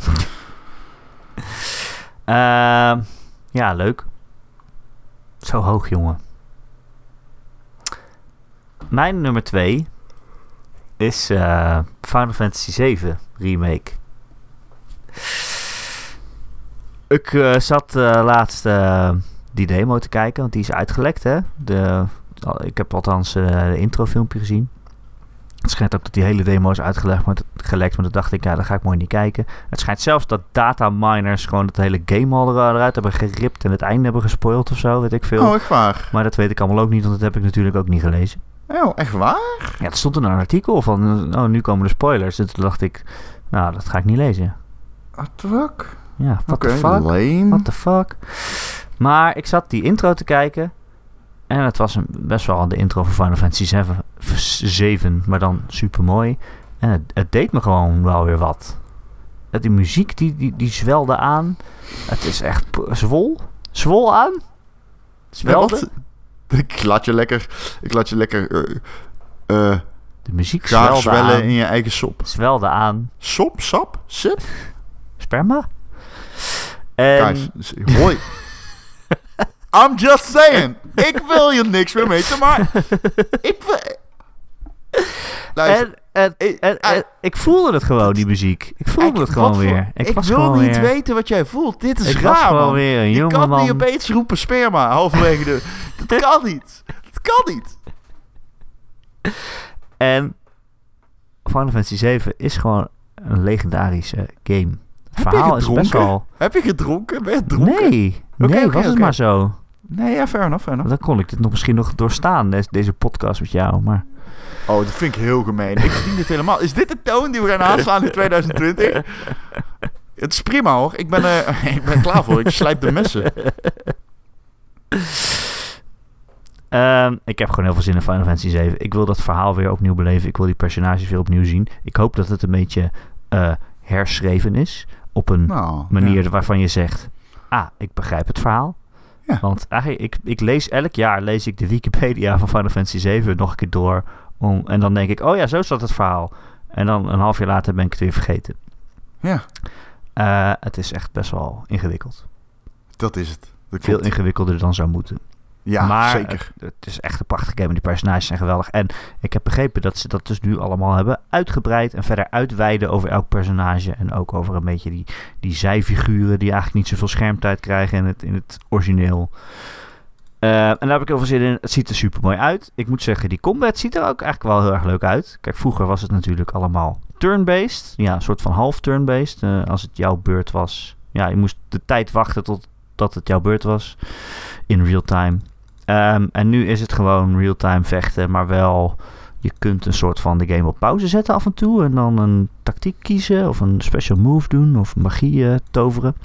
uh, ja, leuk. Zo hoog, jongen. Mijn nummer twee is uh, Final Fantasy zeven Remake. Ik uh, zat uh, laatst uh, die demo te kijken, want die is uitgelekt, hè. De, ik heb althans uh, de introfilmpje gezien. Het schijnt ook dat die hele demo is uitgelekt, maar, gelekt, maar dat dacht ik, ja, daar ga ik mooi niet kijken. Het schijnt zelfs dat dataminers gewoon het hele game al eruit hebben geript en het einde hebben gespoild of zo, weet ik veel. Oh, echt waar? Maar dat weet ik allemaal ook niet, want dat heb ik natuurlijk ook niet gelezen. Oh, echt waar? Ja, er stond in een artikel van, oh, nu komen de spoilers. Dus toen dacht ik, nou, dat ga ik niet lezen. What the fuck? Ja, what okay, the fuck? Lame. What the fuck? Maar ik zat die intro te kijken. En het was een, best wel de intro van Final Fantasy zeven, maar dan super mooi. En het, het deed me gewoon wel weer wat. Die muziek, die, die, die zwelde aan. Het is echt zwol. Zwol aan. Zwelde. Ja, ik laat je lekker... Ik laat je lekker... Uh, uh, de muziek zwelde zwellen aan. in je eigen sop. Zwelde aan. Sop? Sap? Sip? Sperma? En... Guys, hoi. I'm just saying. Ik wil je niks meer meten, maar... ik wil... Luister, en, en, en, en, ik voelde het gewoon, die muziek. Ik voelde ik, het gewoon voor, weer. Ik, ik was wil gewoon niet weer, weten wat jij voelt. Dit is ik raar, was gewoon man. Weer een je jonge kan man. niet opeens roepen sperma halverwege de... Dat kan niet. Dat kan niet. En Final Fantasy zeven is gewoon een legendarische game. Het Heb verhaal je is best wel... Heb je gedronken? Ben je dronken? Nee, okay, nee, okay, was het okay. maar zo. Nee, ja, fair enough, fair enough. Dan kon ik dit nog misschien nog doorstaan, deze, deze podcast met jou, maar... Oh, dat vind ik heel gemeen. Ik verdien dit helemaal. Is dit de toon die we gaan aanslaan in twintig twintig? Het is prima, hoor. Ik ben, uh, ik ben klaar voor. Ik slijp de messen. Um, ik heb gewoon heel veel zin in Final Fantasy zeven. Ik wil dat verhaal weer opnieuw beleven. Ik wil die personages weer opnieuw zien. Ik hoop dat het een beetje uh, herschreven is. Op een nou, manier ja. waarvan je zegt... Ah, ik begrijp het verhaal. Ja. Want eigenlijk, ik, ik lees elk jaar lees ik de Wikipedia van Final Fantasy zeven nog een keer door. Om, en dan denk ik, oh ja, zo staat het verhaal. En dan een half jaar later ben ik het weer vergeten. Ja. Uh, het is echt best wel ingewikkeld. Dat is het. Dat Veel ingewikkelder dan zou moeten. Ja, maar zeker. Het, het is echt een prachtige game en die personages zijn geweldig. En ik heb begrepen dat ze dat dus nu allemaal hebben uitgebreid en verder uitweiden over elk personage. En ook over een beetje die, die zijfiguren die eigenlijk niet zoveel schermtijd krijgen in het, in het origineel. Uh, en daar heb ik heel veel zin in. Het ziet er super mooi uit. Ik moet zeggen, die combat ziet er ook eigenlijk wel heel erg leuk uit. Kijk, vroeger was het natuurlijk allemaal turn-based. Ja, een soort van half turn-based. Uh, als het jouw beurt was. Ja, je moest de tijd wachten totdat het jouw beurt was. In real time. Um, en nu is het gewoon real-time vechten, maar wel... Je kunt een soort van de game op pauze zetten af en toe. En dan een tactiek kiezen. Of een special move doen. Of magie uh, toveren.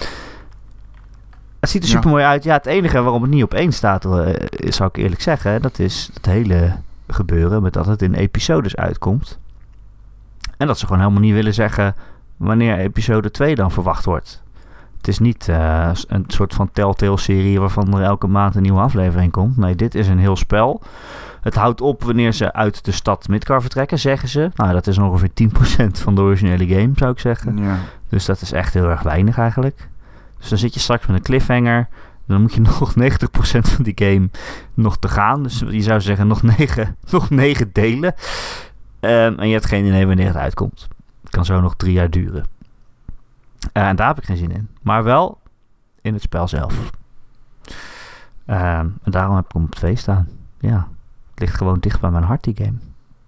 Het ziet er super mooi ja. uit. Ja, het enige waarom het niet op één staat, uh, zou ik eerlijk zeggen, dat is het hele gebeuren met dat het in episodes uitkomt. En dat ze gewoon helemaal niet willen zeggen wanneer episode twee dan verwacht wordt. Het is niet uh, een soort van Telltale-serie waarvan er elke maand een nieuwe aflevering komt. Nee, dit is een heel spel. Het houdt op wanneer ze uit de stad Midgar vertrekken, zeggen ze. Nou, dat is ongeveer tien procent van de originele game, zou ik zeggen. Ja. Dus dat is echt heel erg weinig eigenlijk. Dus dan zit je straks met een cliffhanger. Dan moet je nog negentig procent van die game nog te gaan. Dus je zou zeggen nog negen, nog negen delen. Um, en je hebt geen idee wanneer het uitkomt. Het kan zo nog drie jaar duren. Uh, en daar heb ik geen zin in. Maar wel in het spel zelf. Um, en daarom heb ik hem op twee staan. Ja, het ligt gewoon dicht bij mijn hart, die game.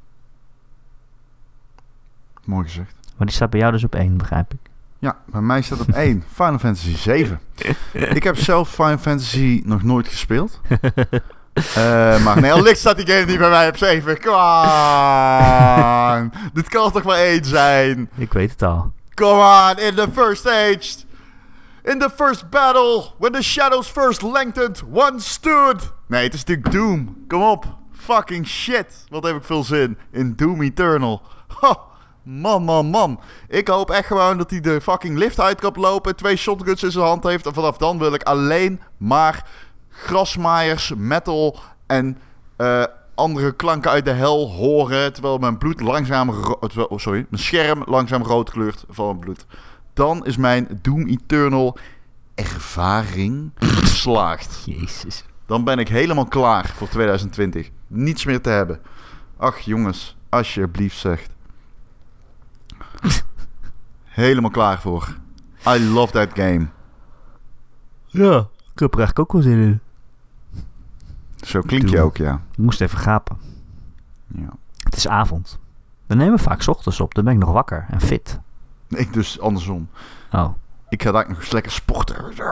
Mooi gezegd. Maar die staat bij jou dus op één, begrijp ik. Ja, bij mij staat op één. Final Fantasy zeven. Ik heb zelf Final Fantasy nog nooit gespeeld. Uh, maar nee, allicht staat die game niet bij mij op zeven. Come on. Dit kan toch maar één zijn. Ik weet het al. Come on, in the first stage. In the first battle. When the shadows first lengthened, one stood. Nee, het is natuurlijk Doom. Kom op. Fucking shit. Wat heb ik veel zin in Doom Eternal. Ha. Man, man, man. Ik hoop echt gewoon dat hij de fucking lift uit kan lopen. Twee shotguns in zijn hand heeft. En vanaf dan wil ik alleen maar grasmaaiers, metal en uh, andere klanken uit de hel horen, terwijl mijn bloed langzaam, ro- terwijl, oh sorry, mijn scherm langzaam rood kleurt van mijn bloed. Dan is mijn Doom Eternal ervaring geslaagd. Jezus. Dan ben ik helemaal klaar voor twintig twintig. Niets meer te hebben. Ach jongens, alsjeblieft zegt. Helemaal klaar voor. I love that game. Ja, ik heb er eigenlijk ook wel zin in. Zo klinkt je ook, ja. Ik moest even gapen. ja. Het is avond. We nemen vaak 's ochtends op, dan ben ik nog wakker en fit. Ik dus andersom. Oh. Ik ga daar nog eens lekker sporten.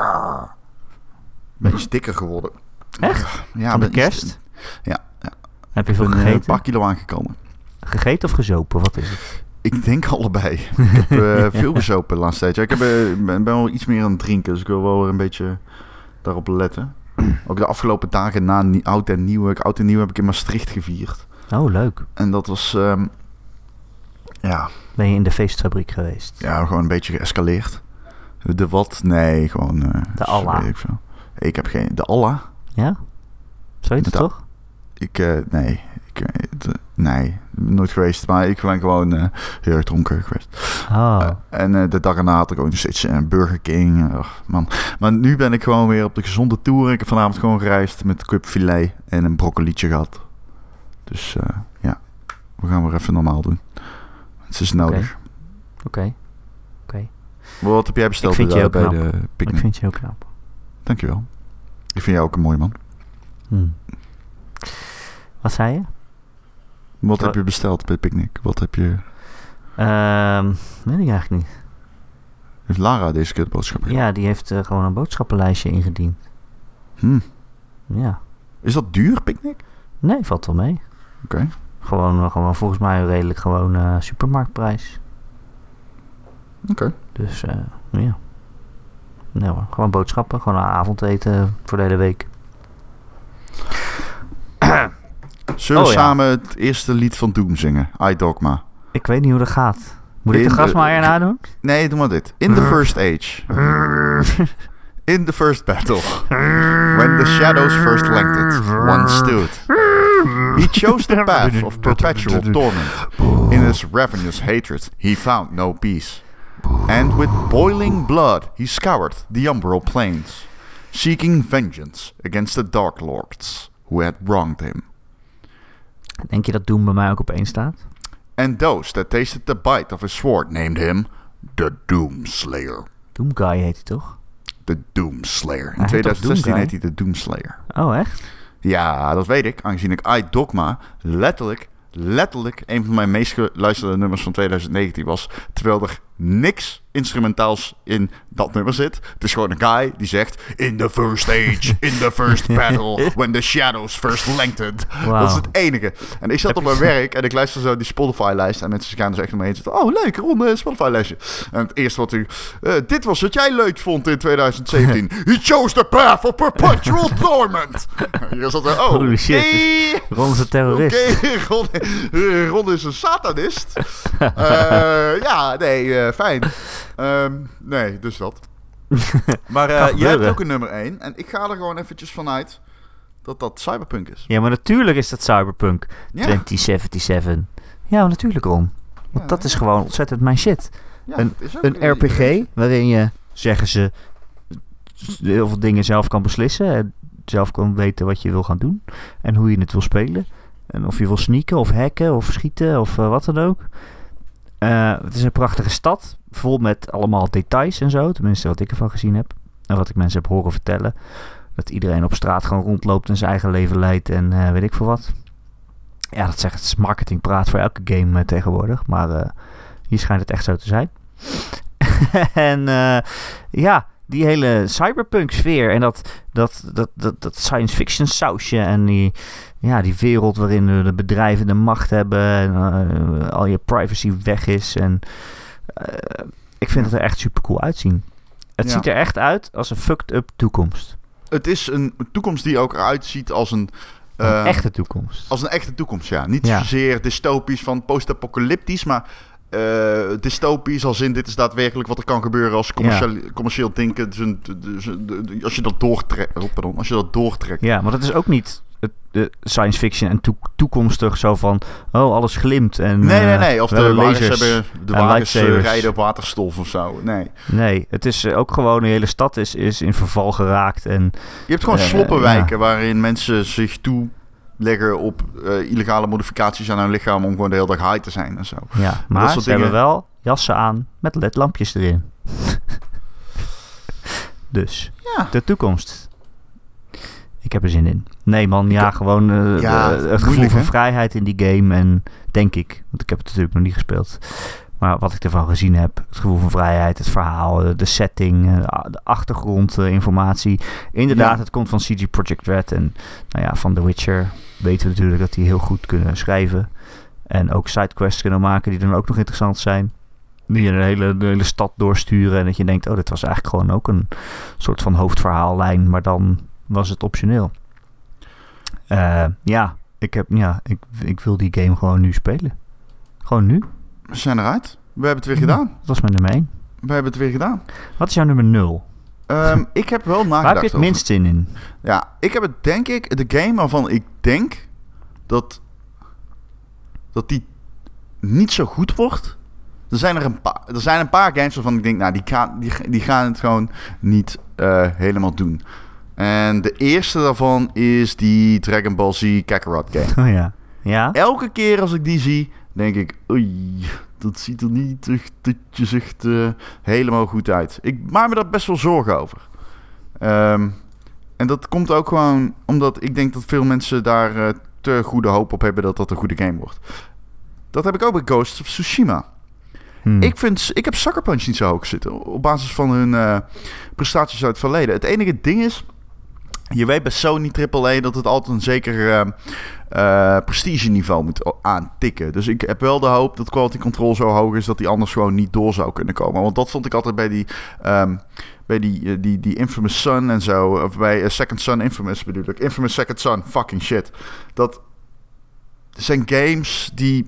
Ben iets dikker geworden. Echt? Ja, Van de ben iets- kerst? Ja, ja. Heb je Ik veel ben eh, gegeten? een paar kilo aangekomen. Gegeten of gezopen? Wat is het? Ik denk allebei. Ik heb uh, veel gezopen de laatste tijd. Ja, ik heb, uh, ben, ben wel iets meer aan het drinken, dus ik wil wel weer een beetje daarop letten. Ook de afgelopen dagen na nie- oud en nieuw. Ik, oud en nieuw heb ik in Maastricht gevierd. Oh, leuk. En dat was, um, ja, Ben je in de feestfabriek geweest? ja, gewoon een beetje geëscaleerd. De wat? Nee, gewoon... Uh, De Allah. weet Ik, veel. ik heb geen... De Allah? Ja? Zoiets De- toch? Ik, uh, nee. Ik, uh, de, nee, nooit geweest. Maar ik ben gewoon uh, heel erg dronken geweest. Oh. Uh, en uh, de dag erna had ik ook nog steeds uh, Burger King. Uh, man. Maar nu ben ik gewoon weer op de gezonde toer. Ik heb vanavond gewoon gereisd met kipfilet en een broccolietje gehad. Dus uh, ja, we gaan weer even normaal doen. Het is nodig. Oké. Okay. Oké. Okay. Wat heb jij besteld Ik vind je uh, ook bij knap. de picknick? Ik vind je ook knap. Dankjewel. Ik vind jou ook een mooi man. Hmm. Wat zei je? Wat Wat? heb je besteld bij picknick? Wat heb je... Um, weet ik eigenlijk niet. Heeft Lara deze keer de boodschap gedaan? Ja, die heeft uh, gewoon een boodschappenlijstje ingediend. Hm. Ja. Is dat duur, picknick? Nee, valt wel mee. Oké. Okay. Gewoon, uh, gewoon volgens mij redelijk gewoon uh, supermarktprijs. Oké. Okay. Dus uh, ja. Nee hoor, gewoon boodschappen. Gewoon een avondeten voor de hele week. Zullen we oh, samen ja. het eerste lied van Doom zingen? I Dogma. Ik weet niet hoe dat gaat. Moet ik In de grasmaaier de, nadoen? Nee, doe maar dit. In the first age. In the first battle. When the shadows first lengthened, one stood. He chose the path of perpetual torment. In his ravenous hatred, he found no peace. And with boiling blood, he scoured the umbral plains, seeking vengeance against the Dark Lords who had wronged him. Denk je dat Doom bij mij ook op één staat? And those that tasted the bite of his sword named him the Doomslayer. Doomguy heet hij toch? De Doomslayer. In Hij twintig zestien heet heet hij de Doomslayer. Oh, echt? Ja, dat weet ik. Aangezien ik I Dogma letterlijk, letterlijk een van mijn meest geluisterde nummers van twintig negentien was. Terwijl er niks instrumentaals in dat nummer zit. Het is gewoon een guy die zegt... In the first age, in the first battle, when the shadows first lengthened. Wow. Dat is het enige. En ik zat op mijn werk en ik luister zo die Spotify-lijst. En mensen gaan dus echt omheen zitten. Oh, leuk, rond een Spotify-lijstje. En het eerste wat u... Uh, dit was wat jij leuk vond in twintig zeventien. He chose the path of perpetual torment. Hier zat er... Oh, holy shit. Okay. Ron is een terrorist. Oké, okay. Ron, uh, Ron is een satanist. uh, ja, nee, uh, fijn. Um, nee, dus dat. Maar uh, jij hebt ook een nummer één. En ik ga er gewoon eventjes vanuit dat dat Cyberpunk is. Ja, maar natuurlijk is dat Cyberpunk Ja. twintig zevenenzeventig. Ja, maar natuurlijk, Ron. Want Ja, dat ja. is gewoon ontzettend mijn shit. Ja, een het is ook een R P G waarin je, zeggen ze, heel veel dingen zelf kan beslissen. En zelf kan weten wat je wil gaan doen. En hoe je het wil spelen. En of je wil sneaken of hacken of schieten of uh, wat dan ook. Uh, het is een prachtige stad. Vol met allemaal details en zo. Tenminste wat ik ervan gezien heb. En wat ik mensen heb horen vertellen. Dat iedereen op straat gewoon rondloopt en zijn eigen leven leidt. En uh, weet ik veel wat. Ja, dat zegt het is marketingpraat voor elke game uh, tegenwoordig. Maar uh, hier schijnt het echt zo te zijn. en uh, ja, die hele cyberpunk sfeer. En dat, dat, dat, dat, dat science fiction sausje. En die, ja, die wereld waarin de bedrijven de macht hebben. En uh, al je privacy weg is. En uh, ik vind het er echt super cool uitzien. Het Ja. ziet er echt uit als een fucked up toekomst. Het is een toekomst die ook eruit ziet als een... Uh, Een echte toekomst. Als een echte toekomst, ja. Niet Ja. zozeer dystopisch van post-apocalyptisch, maar uh, dystopisch als in dit is daadwerkelijk wat er kan gebeuren als commercieel, ja. commercieel denken. Dus een, dus een, als je dat doortrekt, oh, pardon, als je dat doortrekt. Ja, maar dat is ook niet de science fiction en to- toekomstig zo van... Oh, alles glimt en... Nee, nee, nee. Of uh, de wagens lasers hebben... De wagens uh, rijden op waterstof of zo. Nee. Nee, het is uh, ook gewoon... De hele stad is, is in verval geraakt. En, je hebt gewoon uh, sloppenwijken... Ja. waarin mensen zich toeleggen op uh, illegale modificaties aan hun lichaam... om gewoon de hele dag high te zijn en zo. Ja, maar ze dingen... hebben wel jassen aan met ledlampjes erin. Dus, ja. De toekomst... Ik heb er zin in. Nee man, ja, gewoon uh, ja, uh, het gevoel van vrijheid in die game. En denk ik, want ik heb het natuurlijk nog niet gespeeld. Maar wat ik ervan gezien heb, het gevoel van vrijheid, het verhaal, de setting, uh, de achtergrondinformatie. Uh, Inderdaad, ja. Het komt van C G Projekt Red. En nou ja, van The Witcher weten we natuurlijk dat die heel goed kunnen schrijven. En ook sidequests kunnen maken die dan ook nog interessant zijn. Die de hele, de hele stad doorsturen. En dat je denkt, oh, dit was eigenlijk gewoon ook een soort van hoofdverhaallijn. Maar dan... was het optioneel. Uh, ja, ik heb, ja ik, ik wil die game gewoon nu spelen. Gewoon nu. We zijn eruit. We hebben het weer gedaan. Dat was mijn nummer één. We hebben het weer gedaan. Wat is jouw nummer nul? Um, ik heb wel nagedacht. Waar heb je het minst zin in? Ja, ik heb het denk ik... De game waarvan ik denk dat... dat die niet zo goed wordt... Er zijn er een paar, er zijn een paar games waarvan ik denk... Nou, die gaan, die, die gaan het gewoon niet uh, helemaal doen. En de eerste daarvan is die Dragon Ball Z Kakarot game. Oh ja. Ja? Elke keer als ik die zie, denk ik... Oei, dat ziet er niet echt, echt uh, helemaal goed uit. Ik maak me daar best wel zorgen over. Um, en dat komt ook gewoon omdat ik denk dat veel mensen daar uh, te goede hoop op hebben dat dat een goede game wordt. Dat heb ik ook bij Ghost of Tsushima. Hmm. Ik, vind, ik heb Sucker Punch niet zo hoog zitten op basis van hun uh, prestaties uit het verleden. Het enige ding is... Je weet bij Sony triple A dat het altijd een zeker uh, uh, prestige-niveau moet aantikken. Dus ik heb wel de hoop dat quality control zo hoog is dat die anders gewoon niet door zou kunnen komen. Want dat vond ik altijd bij die, um, bij die, uh, die, die Infamous Son en zo. Of bij uh, Second Son Infamous bedoel ik. Infamous Second Son, fucking shit. Dat zijn games die...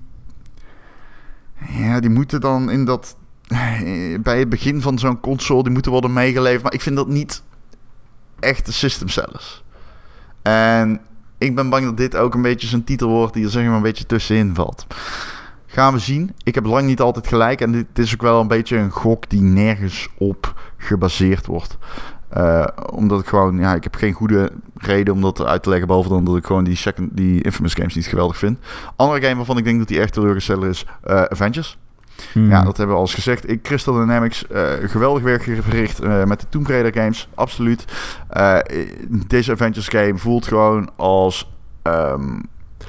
Ja, die moeten dan in dat... Bij het begin van zo'n console, die moeten worden meegeleverd. Maar ik vind dat niet... echte system sellers. En ik ben bang dat dit ook een beetje zo'n titel wordt die er zeg maar een beetje tussenin valt. Gaan we zien. Ik heb lang niet altijd gelijk en dit is ook wel een beetje een gok die nergens op gebaseerd wordt. Uh, omdat ik gewoon, ja, ik heb geen goede reden om dat uit te leggen, behalve dan dat ik gewoon die, second, die Infamous games niet geweldig vind. Andere game waarvan ik denk dat die echt teleurgesteller is, uh, Avengers. Hmm. Ja, dat hebben we al eens gezegd. Ik, Crystal Dynamics, uh, geweldig werk verricht uh, met de Tomb Raider games, absoluut. Uh, deze Avengers game voelt gewoon als um,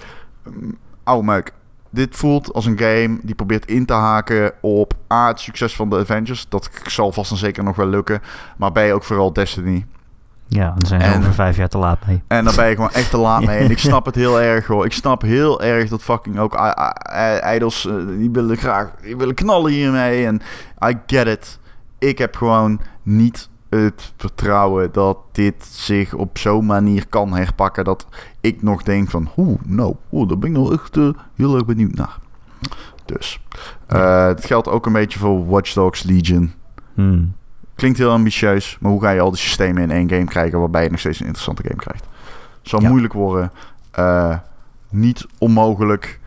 oude meuk. Dit voelt als een game die probeert in te haken op A, het succes van de Avengers. Dat zal vast en zeker nog wel lukken. Maar B, ook vooral Destiny. Ja, dan zijn ze en, over vijf jaar te laat mee. En dan ben je gewoon echt te laat mee. En ik snap het heel erg, hoor. Ik snap heel erg dat fucking ook idols, uh, die willen graag, die willen knallen hiermee. En I get it. Ik heb gewoon niet het vertrouwen dat dit zich op zo'n manier kan herpakken, dat ik nog denk van, oeh, nou, oeh, daar ben ik nou echt uh, heel erg benieuwd naar. Dus, uh, het geldt ook een beetje voor Watch Dogs Legion. Hmm. Klinkt heel ambitieus, maar hoe ga je al die systemen in één game krijgen waarbij je nog steeds een interessante game krijgt? Zal ja. moeilijk worden. Uh, niet onmogelijk.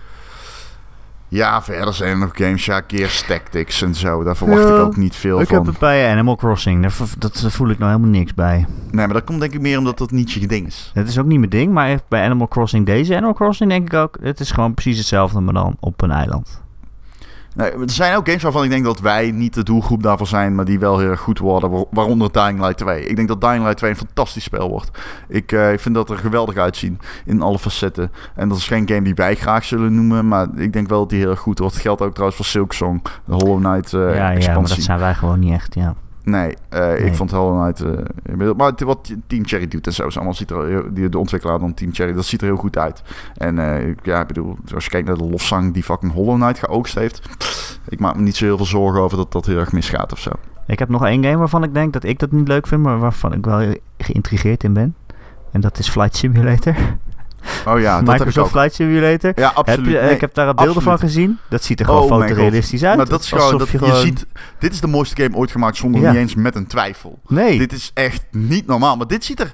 Ja, verder zijn er nog games, ja, Gears Tactics en zo. Daar verwacht ja, ik ook niet veel ik van. Ik heb het bij Animal Crossing. Daar, dat, daar voel ik nou helemaal niks bij. Nee, maar dat komt denk ik meer omdat dat niet je ding is. Het is ook niet mijn ding, maar bij Animal Crossing, deze Animal Crossing denk ik ook, het is gewoon precies hetzelfde, maar dan op een eiland. Nee, er zijn ook games waarvan ik denk dat wij niet de doelgroep daarvoor zijn, maar die wel heel erg goed worden, waaronder Dying Light twee. Ik denk dat Dying Light twee een fantastisch spel wordt. Ik uh, vind dat er geweldig uitzien in alle facetten. En dat is geen game die wij graag zullen noemen, maar ik denk wel dat die heel erg goed wordt. Het geldt ook trouwens voor Silksong, de Hollow Knight uh, ja, expansie. Ja, maar dat zijn wij gewoon niet echt, ja. Nee, uh, nee. ik vond Hollow Knight... Uh, maar wat Team Cherry doet en zo, is allemaal ziet er, die, de ontwikkelaar van Team Cherry, dat ziet er heel goed uit. En uh, ja, ik bedoel, als je kijkt naar de lofzang die fucking Hollow Knight geoogst heeft, ik maak me niet zo heel veel zorgen over dat dat heel erg misgaat of zo. Ik heb nog één game waarvan ik denk dat ik dat niet leuk vind, maar waarvan ik wel geïntrigeerd in ben. En dat is Flight Simulator. Oh ja, dat Microsoft heb ik ook. Flight Simulator. Ja, absoluut. Heb je, nee, ik heb daar beelden absoluut. van gezien. Dat ziet er gewoon oh fotorealistisch uit. Maar dat is gewoon, dat, je, gewoon... je ziet, dit is de mooiste game ooit gemaakt zonder ja. niet eens met een twijfel. Nee. Dit is echt niet normaal. Maar dit ziet er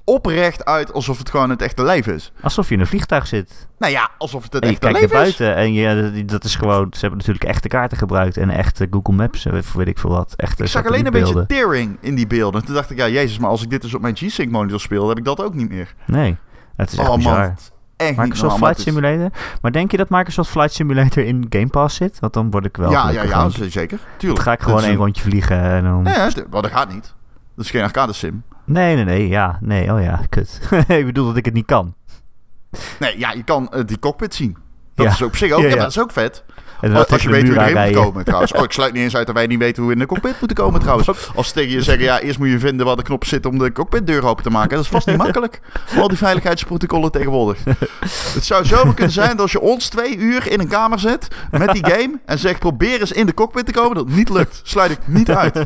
oprecht uit alsof het gewoon het echte leven is. Alsof je in een vliegtuig zit. Nou ja, alsof het het en je echte kijkt leven naar is. buiten en je, dat is gewoon... Ze hebben natuurlijk echte kaarten gebruikt en echte Google Maps, weet ik veel wat. Echte ik zag alleen een beetje tearing in die beelden. Toen dacht ik, ja, jezus, maar als ik dit dus op mijn G-Sync monitor speel, dan heb ik dat ook niet meer. Nee, het is echt oh, bizar. Man, het is echt Microsoft niet Flight Simulator. Maar denk je dat Microsoft Flight Simulator in Game Pass zit? Want dan word ik wel... Ja, ja, ja, zeker. Tuurlijk. Dan ga ik gewoon één een... rondje vliegen en dan... Nee, ja, maar dat gaat niet. Dat is geen arcade sim. Nee, nee, nee. Ja, nee. Oh ja, kut. Ik bedoel dat ik het niet kan. Nee, ja, je kan uh, die cockpit zien. Dat ja. is ook op zich ook, ja, ja, ja. maar dat is ook vet. En als als je weet hoe je erin moet komen trouwens. Oh, ik sluit niet eens uit dat wij niet weten hoe we in de cockpit moeten komen trouwens. Als ze tegen je zeggen, ja, eerst moet je vinden waar de knop zit om de cockpitdeur open te maken. Dat is vast niet makkelijk. Al die veiligheidsprotocollen tegenwoordig. Het zou zomaar kunnen zijn dat als je ons twee uur in een kamer zet met die game en zegt probeer eens in de cockpit te komen, dat het niet lukt. Sluit ik niet uit.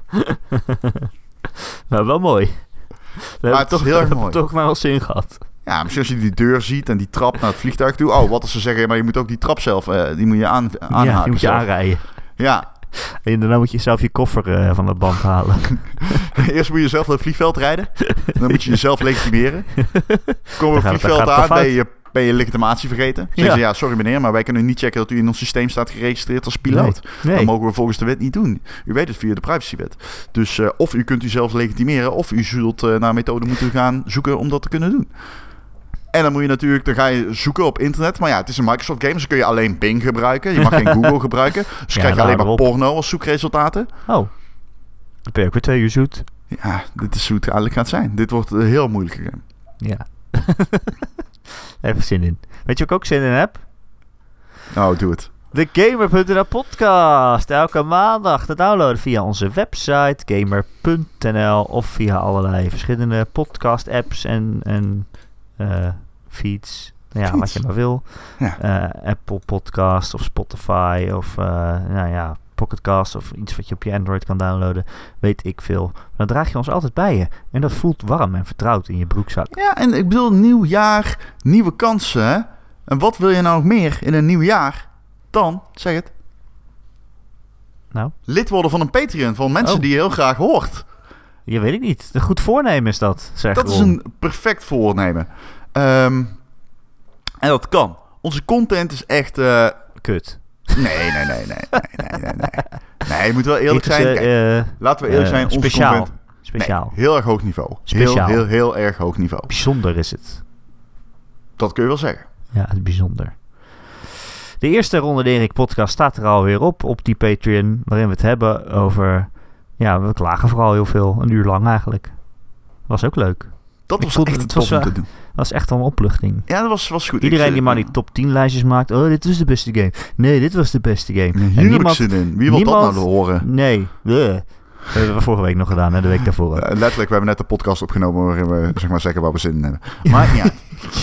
Nou, wel mooi. We maar het toch, is heel erg mooi. toch maar wel zin gehad. Ja, misschien als je die deur ziet en die trap naar het vliegtuig toe. Oh, wat als ze zeggen, maar je moet ook die trap zelf, uh, die moet je aan, aanhaken. Ja, die moet je zelf. aanrijden. Ja. En daarna moet je zelf je koffer uh, van de band halen. Eerst moet je zelf naar het vliegveld rijden. Dan moet je jezelf legitimeren. Kom op het gaat, vliegveld aan, ben je, ben je legitimatie vergeten. Zeggen ja. ze, ja, sorry meneer, maar wij kunnen niet checken dat u in ons systeem staat geregistreerd als piloot. Nee. Nee. Dat mogen we volgens de wet niet doen. U weet het via de privacywet. Dus uh, of u kunt u zelf legitimeren, of u zult uh, naar een methode moeten gaan zoeken om dat te kunnen doen. En dan moet je natuurlijk, dan ga je zoeken op internet. Maar ja, het is een Microsoft game, dus dan kun je alleen Bing gebruiken. Je mag geen Google gebruiken. Dus ja, krijg je alleen maar porno als zoekresultaten. Oh, dan ben je ook weer twee uur zoet. Ja, dit is hoe het eigenlijk gaat zijn. Dit wordt een heel moeilijke game. Ja. Even zin in. Weet je wat ik ook zin in heb? Nou, doe het. De Gamer punt n l podcast. Elke maandag te downloaden via onze website gamer punt n l of via allerlei verschillende podcast apps en... en Uh, feeds, ja, feeds. Wat je maar wil. Ja. Uh, Apple Podcast of Spotify of uh, nou ja, Pocketcast of iets wat je op je Android kan downloaden. Weet ik veel. Maar dan draag je ons altijd bij je. En dat voelt warm en vertrouwd in je broekzak. Ja, en ik bedoel, nieuw jaar, nieuwe kansen. Hè? En wat wil je nou nog meer in een nieuw jaar? Dan, zeg het. Nou? Lid worden van een Patreon van mensen oh. die je heel graag hoort. Je weet ik niet. Een goed voornemen is dat, zeg Dat is een perfect voornemen. Um, en dat kan. Onze content is echt... Uh... Kut. Nee, nee, nee, nee, nee, nee, nee, nee. Nee, je moet wel eerlijk zijn. Uh, Kijk, laten we eerlijk uh, zijn. Onze speciaal. Content, speciaal. Nee, heel erg hoog niveau. Speciaal. Heel, heel, heel erg hoog niveau. Bijzonder is het. Dat kun je wel zeggen. Ja, het is bijzonder. De eerste Ron en Erik podcast staat er alweer op, op die Patreon, waarin we het hebben over... Ja, we klagen vooral heel veel. Een uur lang eigenlijk. Was ook leuk. Dat was echt het tof om te doen. Dat was echt een opluchting. Ja, dat was, was goed. Iedereen ik, die maar die top tien lijstjes maakt. Oh, dit was de beste game. Nee, dit was de beste game. Ja, hier en niemand, heb ik zin in. Wie wil niemand, dat nou horen? Nee. Bleh. Dat hebben we vorige week nog gedaan, hè? De week daarvoor. Uh, letterlijk, we hebben net de podcast opgenomen waarin we zeg maar zeggen waar we zin in hebben. Maar ja.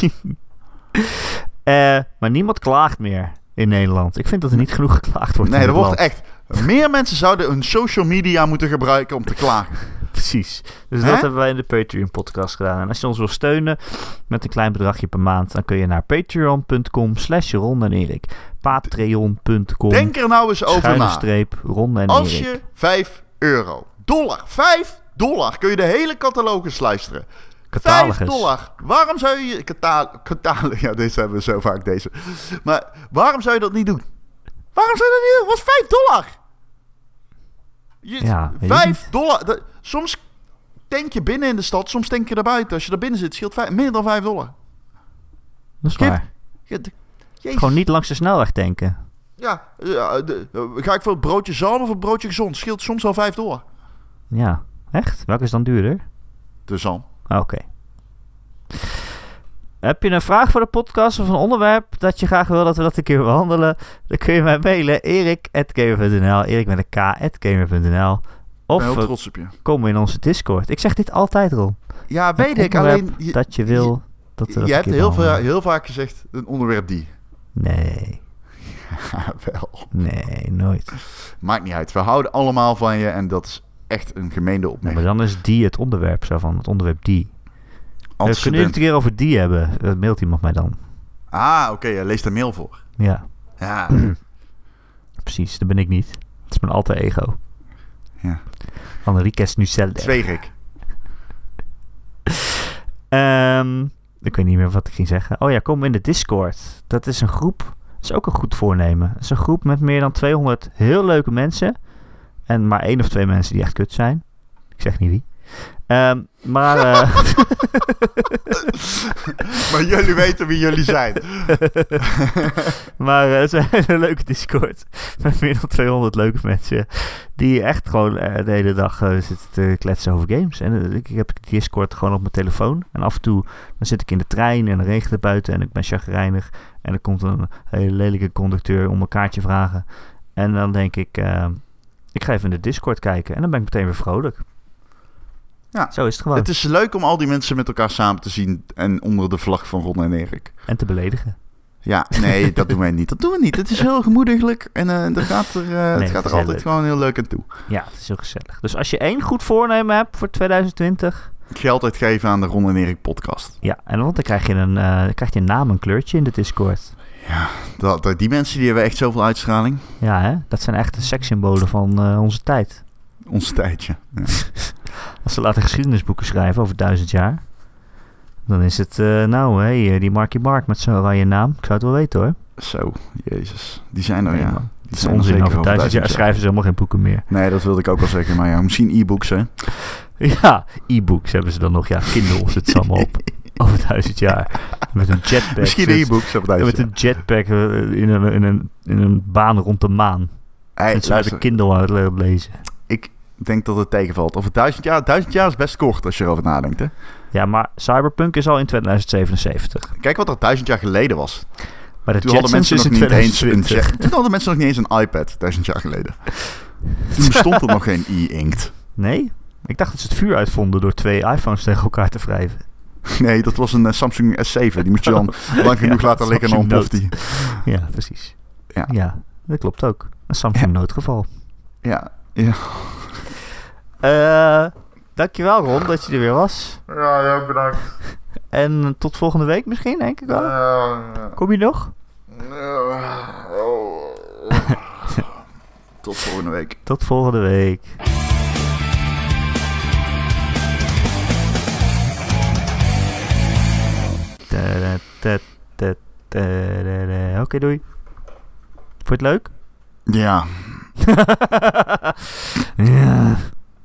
uh, maar niemand klaagt meer in Nederland. Ik vind dat er niet genoeg geklaagd wordt. Nee, er wordt echt... Meer mensen zouden hun social media moeten gebruiken om te klagen. Precies. Dus Hè? dat hebben wij in de Patreon-podcast gedaan. En als je ons wil steunen met een klein bedragje per maand... dan kun je naar patreon punt com slash Ron en Erik. Patreon punt com Denk er nou eens over na. Streep Ron en als Erik. je vijf euro... Dollar. vijf dollar kun je de hele catalogus luisteren. Catalogus. vijf dollar. Waarom zou je... Catal- Catalogus. Ja, deze hebben we zo vaak, deze. Maar waarom zou je dat niet doen? Waarom zou je dat niet doen? Wat is vijf dollar? Je, ja, vijf dollar. De, soms tank je binnen in de stad, soms tank je er buiten. Als je er binnen zit, scheelt vijf, meer dan vijf dollar. Dat is Geef, waar. Je, Gewoon niet langs de snelweg tanken. Ja, uh, de, uh, ga ik voor het broodje zalm of het broodje gezond? Scheelt soms al vijf dollar. Ja, echt? Welke is dan duurder? De zalm. Oké. Okay. Heb je een vraag voor de podcast of een onderwerp dat je graag wil dat we dat een keer behandelen? Dan kun je mij mailen erik at gamer punt n l erik met een k at gamer punt n l Of heel trots op je. Kom in onze Discord. Ik zeg dit altijd, Ron. Ja, weet ik. Alleen je, dat je wil je, dat we dat Je een hebt keer heel, veel, heel vaak gezegd een onderwerp die. Nee. Ja, wel. Nee, nooit. Maakt niet uit. We houden allemaal van je en dat is echt een gemeende opmerking. Ja, maar dan is die het onderwerp zo van het onderwerp die. We kunnen jullie het een keer over die hebben. Dat mailt iemand mij dan. Ah, oké. Okay, lees daar mail voor. Ja. Ja. Precies, dat ben ik niet. Het is mijn alter ego. Ja. Enrique Snuzelder. Zweerik. Um, ik weet niet meer wat ik ging zeggen. Oh ja, kom in de Discord. Dat is een groep. Dat is ook een goed voornemen. Dat is een groep met meer dan tweehonderd heel leuke mensen. En maar één of twee mensen die echt kut zijn. Ik zeg niet wie. Um, maar... Uh... maar jullie weten wie jullie zijn. maar uh, het is een hele leuke Discord. Met meer dan tweehonderd leuke mensen. Die echt gewoon uh, de hele dag uh, zitten te kletsen over games. En uh, ik, ik heb Discord gewoon op mijn telefoon. En af en toe dan zit ik in de trein en dan regent het buiten. En ik ben chagrijnig. En er komt een hele lelijke conducteur om een kaartje vragen. En dan denk ik... Uh, ik ga even in de Discord kijken. En dan ben ik meteen weer vrolijk. Ja, zo is het gewoon. Het is leuk om al die mensen met elkaar samen te zien en onder de vlag van Ron en Erik. En te beledigen. Ja, nee, dat doen wij niet. Dat doen we niet. Het is heel gemoediglijk en uh, dat gaat er, uh, nee, het gaat er altijd leuk. Gewoon heel leuk aan toe. Ja, het is heel gezellig. Dus als je één goed voornemen hebt voor twintig twintig... geld uitgeven aan de Ron en Erik podcast. Ja, en want dan krijg je een, uh, dan krijg je een naam, een kleurtje in de Discord. Ja, dat, dat, die mensen die hebben echt zoveel uitstraling. Ja, hè? Dat zijn echt de sekssymbolen van uh, onze tijd. Ons tijdje, ja. Als ze laten geschiedenisboeken schrijven over duizend jaar... dan is het... Uh, nou, hé, hey, die Marky Mark met zo'n oranje naam. Ik zou het wel weten, hoor. Zo, jezus. Die zijn er, nee, ja. Het is onzin. Over duizend jaar schrijven ze helemaal geen boeken meer. Nee, dat wilde ik ook wel zeggen. Maar ja, misschien e-books, hè? Ja, e-books hebben ze dan nog. Ja, Kindle zit ze allemaal op. Over duizend jaar. Met een jetpack. Misschien e-books over duizend jaar. Met een jetpack in een, in een, in een baan rond de maan. Hey, en ze met de Kindle aan het lezen. Ik denk dat het tegenvalt. Over duizend jaar... Duizend jaar is best kort als je erover nadenkt, hè? Ja, maar Cyberpunk is al in tweeduizend zevenenzeventig. Kijk wat er duizend jaar geleden was. Maar de toen hadden mensen nog niet eens een, toen hadden mensen nog niet eens een iPad, duizend jaar geleden. Toen bestond er nog geen e-inkt. Nee? Ik dacht dat ze het vuur uitvonden door twee iPhones tegen elkaar te wrijven. Nee, dat was een uh, Samsung S zeven. Die moest je dan lang genoeg ja, laten liggen en dan ontploft die. Ja, precies. Ja. ja, dat klopt ook. Een Samsung ja. noodgeval. Ja, ja. Uh, dankjewel Ron, dat je er weer was. Ja, ja, bedankt. En tot volgende week misschien, denk ik wel. Ja, ja. Kom je nog? Ja. Oh. Tot volgende week. Tot volgende week. Oké, okay, doei. Vond je het leuk? Ja. ja.